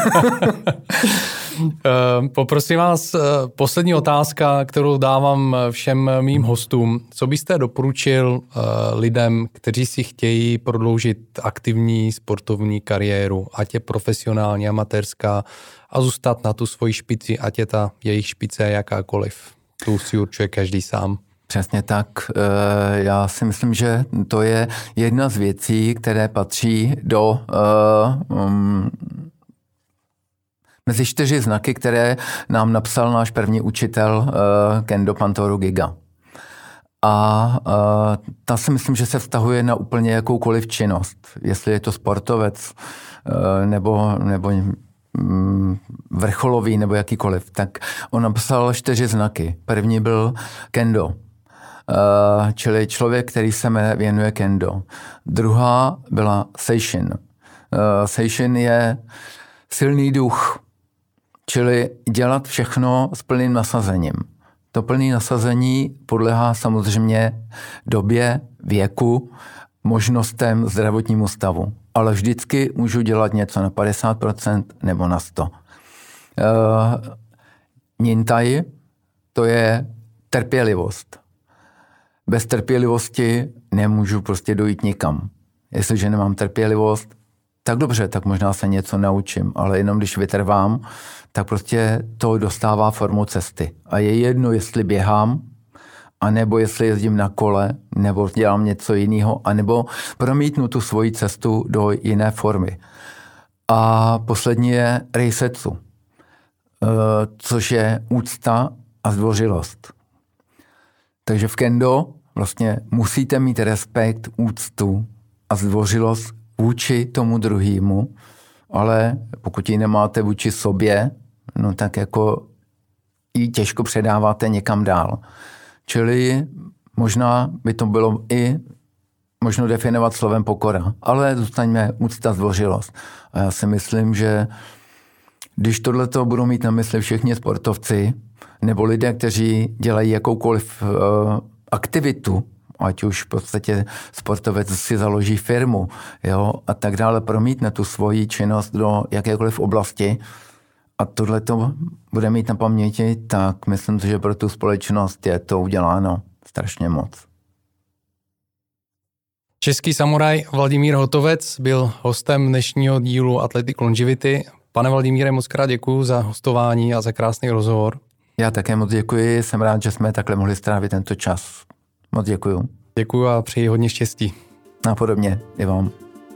Poprosím vás, poslední otázka, kterou dávám všem mým hostům. Co byste doporučil lidem, kteří si chtějí prodloužit aktivní sportovní kariéru, ať je profesionální, amatérská, a zůstat na tu svoji špici, ať je ta jejich špice jakákoliv. Tu si určuje každý sám. Přesně tak. Já si myslím, že to je jedna z věcí, které patří do um, mezi čtyři znaky, které nám napsal náš první učitel uh, Kendo Pantoro Giga. A uh, ta si myslím, že se vztahuje na úplně jakoukoliv činnost. Jestli je to sportovec uh, nebo, nebo um, vrcholový nebo jakýkoliv. Tak on napsal čtyři znaky. První byl Kendo. Uh, čili člověk, který se věnuje kendo. Druhá byla seishin. Uh, seishin je silný duch, čili dělat všechno s plným nasazením. To plné nasazení podléhá samozřejmě době, věku, možnostem, zdravotnímu stavu. Ale vždycky můžu dělat něco na padesát procent nebo na sto procent. Uh, Nintai, to je trpělivost. Bez trpělivosti nemůžu prostě dojít nikam. Jestliže nemám trpělivost, tak dobře, tak možná se něco naučím, ale jenom když vytrvám, tak prostě to dostává formu cesty. A je jedno, jestli běhám, anebo jestli jezdím na kole, nebo dělám něco jiného, anebo promítnu tu svoji cestu do jiné formy. A poslední je reisetsu, což je úcta a zdvořilost. Takže v kendo vlastně musíte mít respekt, úctu a zdvořilost vůči tomu druhému, ale pokud ji nemáte vůči sobě, no tak jako ji těžko předáváte někam dál. Čili možná by to bylo i možno definovat slovem pokora, ale zůstaňme úcta, zdvořilost. A já si myslím, že když tohleto budou mít na mysli všichni sportovci, nebo lidé, kteří dělají jakoukoliv uh, aktivitu, ať už v podstatě sportovec si založí firmu, jo, a tak dále, promítne tu svoji činnost do jakékoliv oblasti a tohleto bude mít na paměti, tak myslím, že pro tu společnost je to uděláno strašně moc. Český samuraj Vladimír Hotovec byl hostem dnešního dílu Athletic Longevity. Pane Vladimíre, moc krát děkuji za hostování a za krásný rozhovor. Já také moc děkuji, jsem rád, že jsme takhle mohli strávit tento čas. Moc děkuji. Děkuji a přeji hodně štěstí. A podobně, i vám.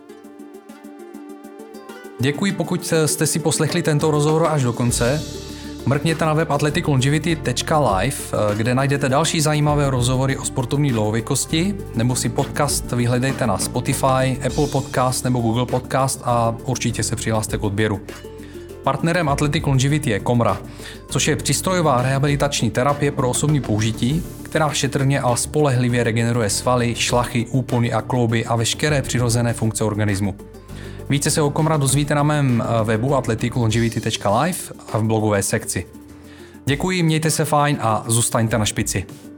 Děkuji, pokud jste si poslechli tento rozhovor až do konce. Mrkněte na web athletic longevity tečka live, kde najdete další zajímavé rozhovory o sportovní dlouhověkosti, nebo si podcast vyhledejte na Spotify, Apple Podcast nebo Google Podcast a určitě se přihlaste k odběru. Partnerem Athletic Longevity je Komra, což je přístrojová rehabilitační terapie pro osobní použití, která šetrně a spolehlivě regeneruje svaly, šlachy, úpony a klouby a veškeré přirozené funkce organismu. Více se o Komra dozvíte na mém webu athletic longevity tečka live a v blogové sekci. Děkuji, mějte se fajn a zůstaňte na špici.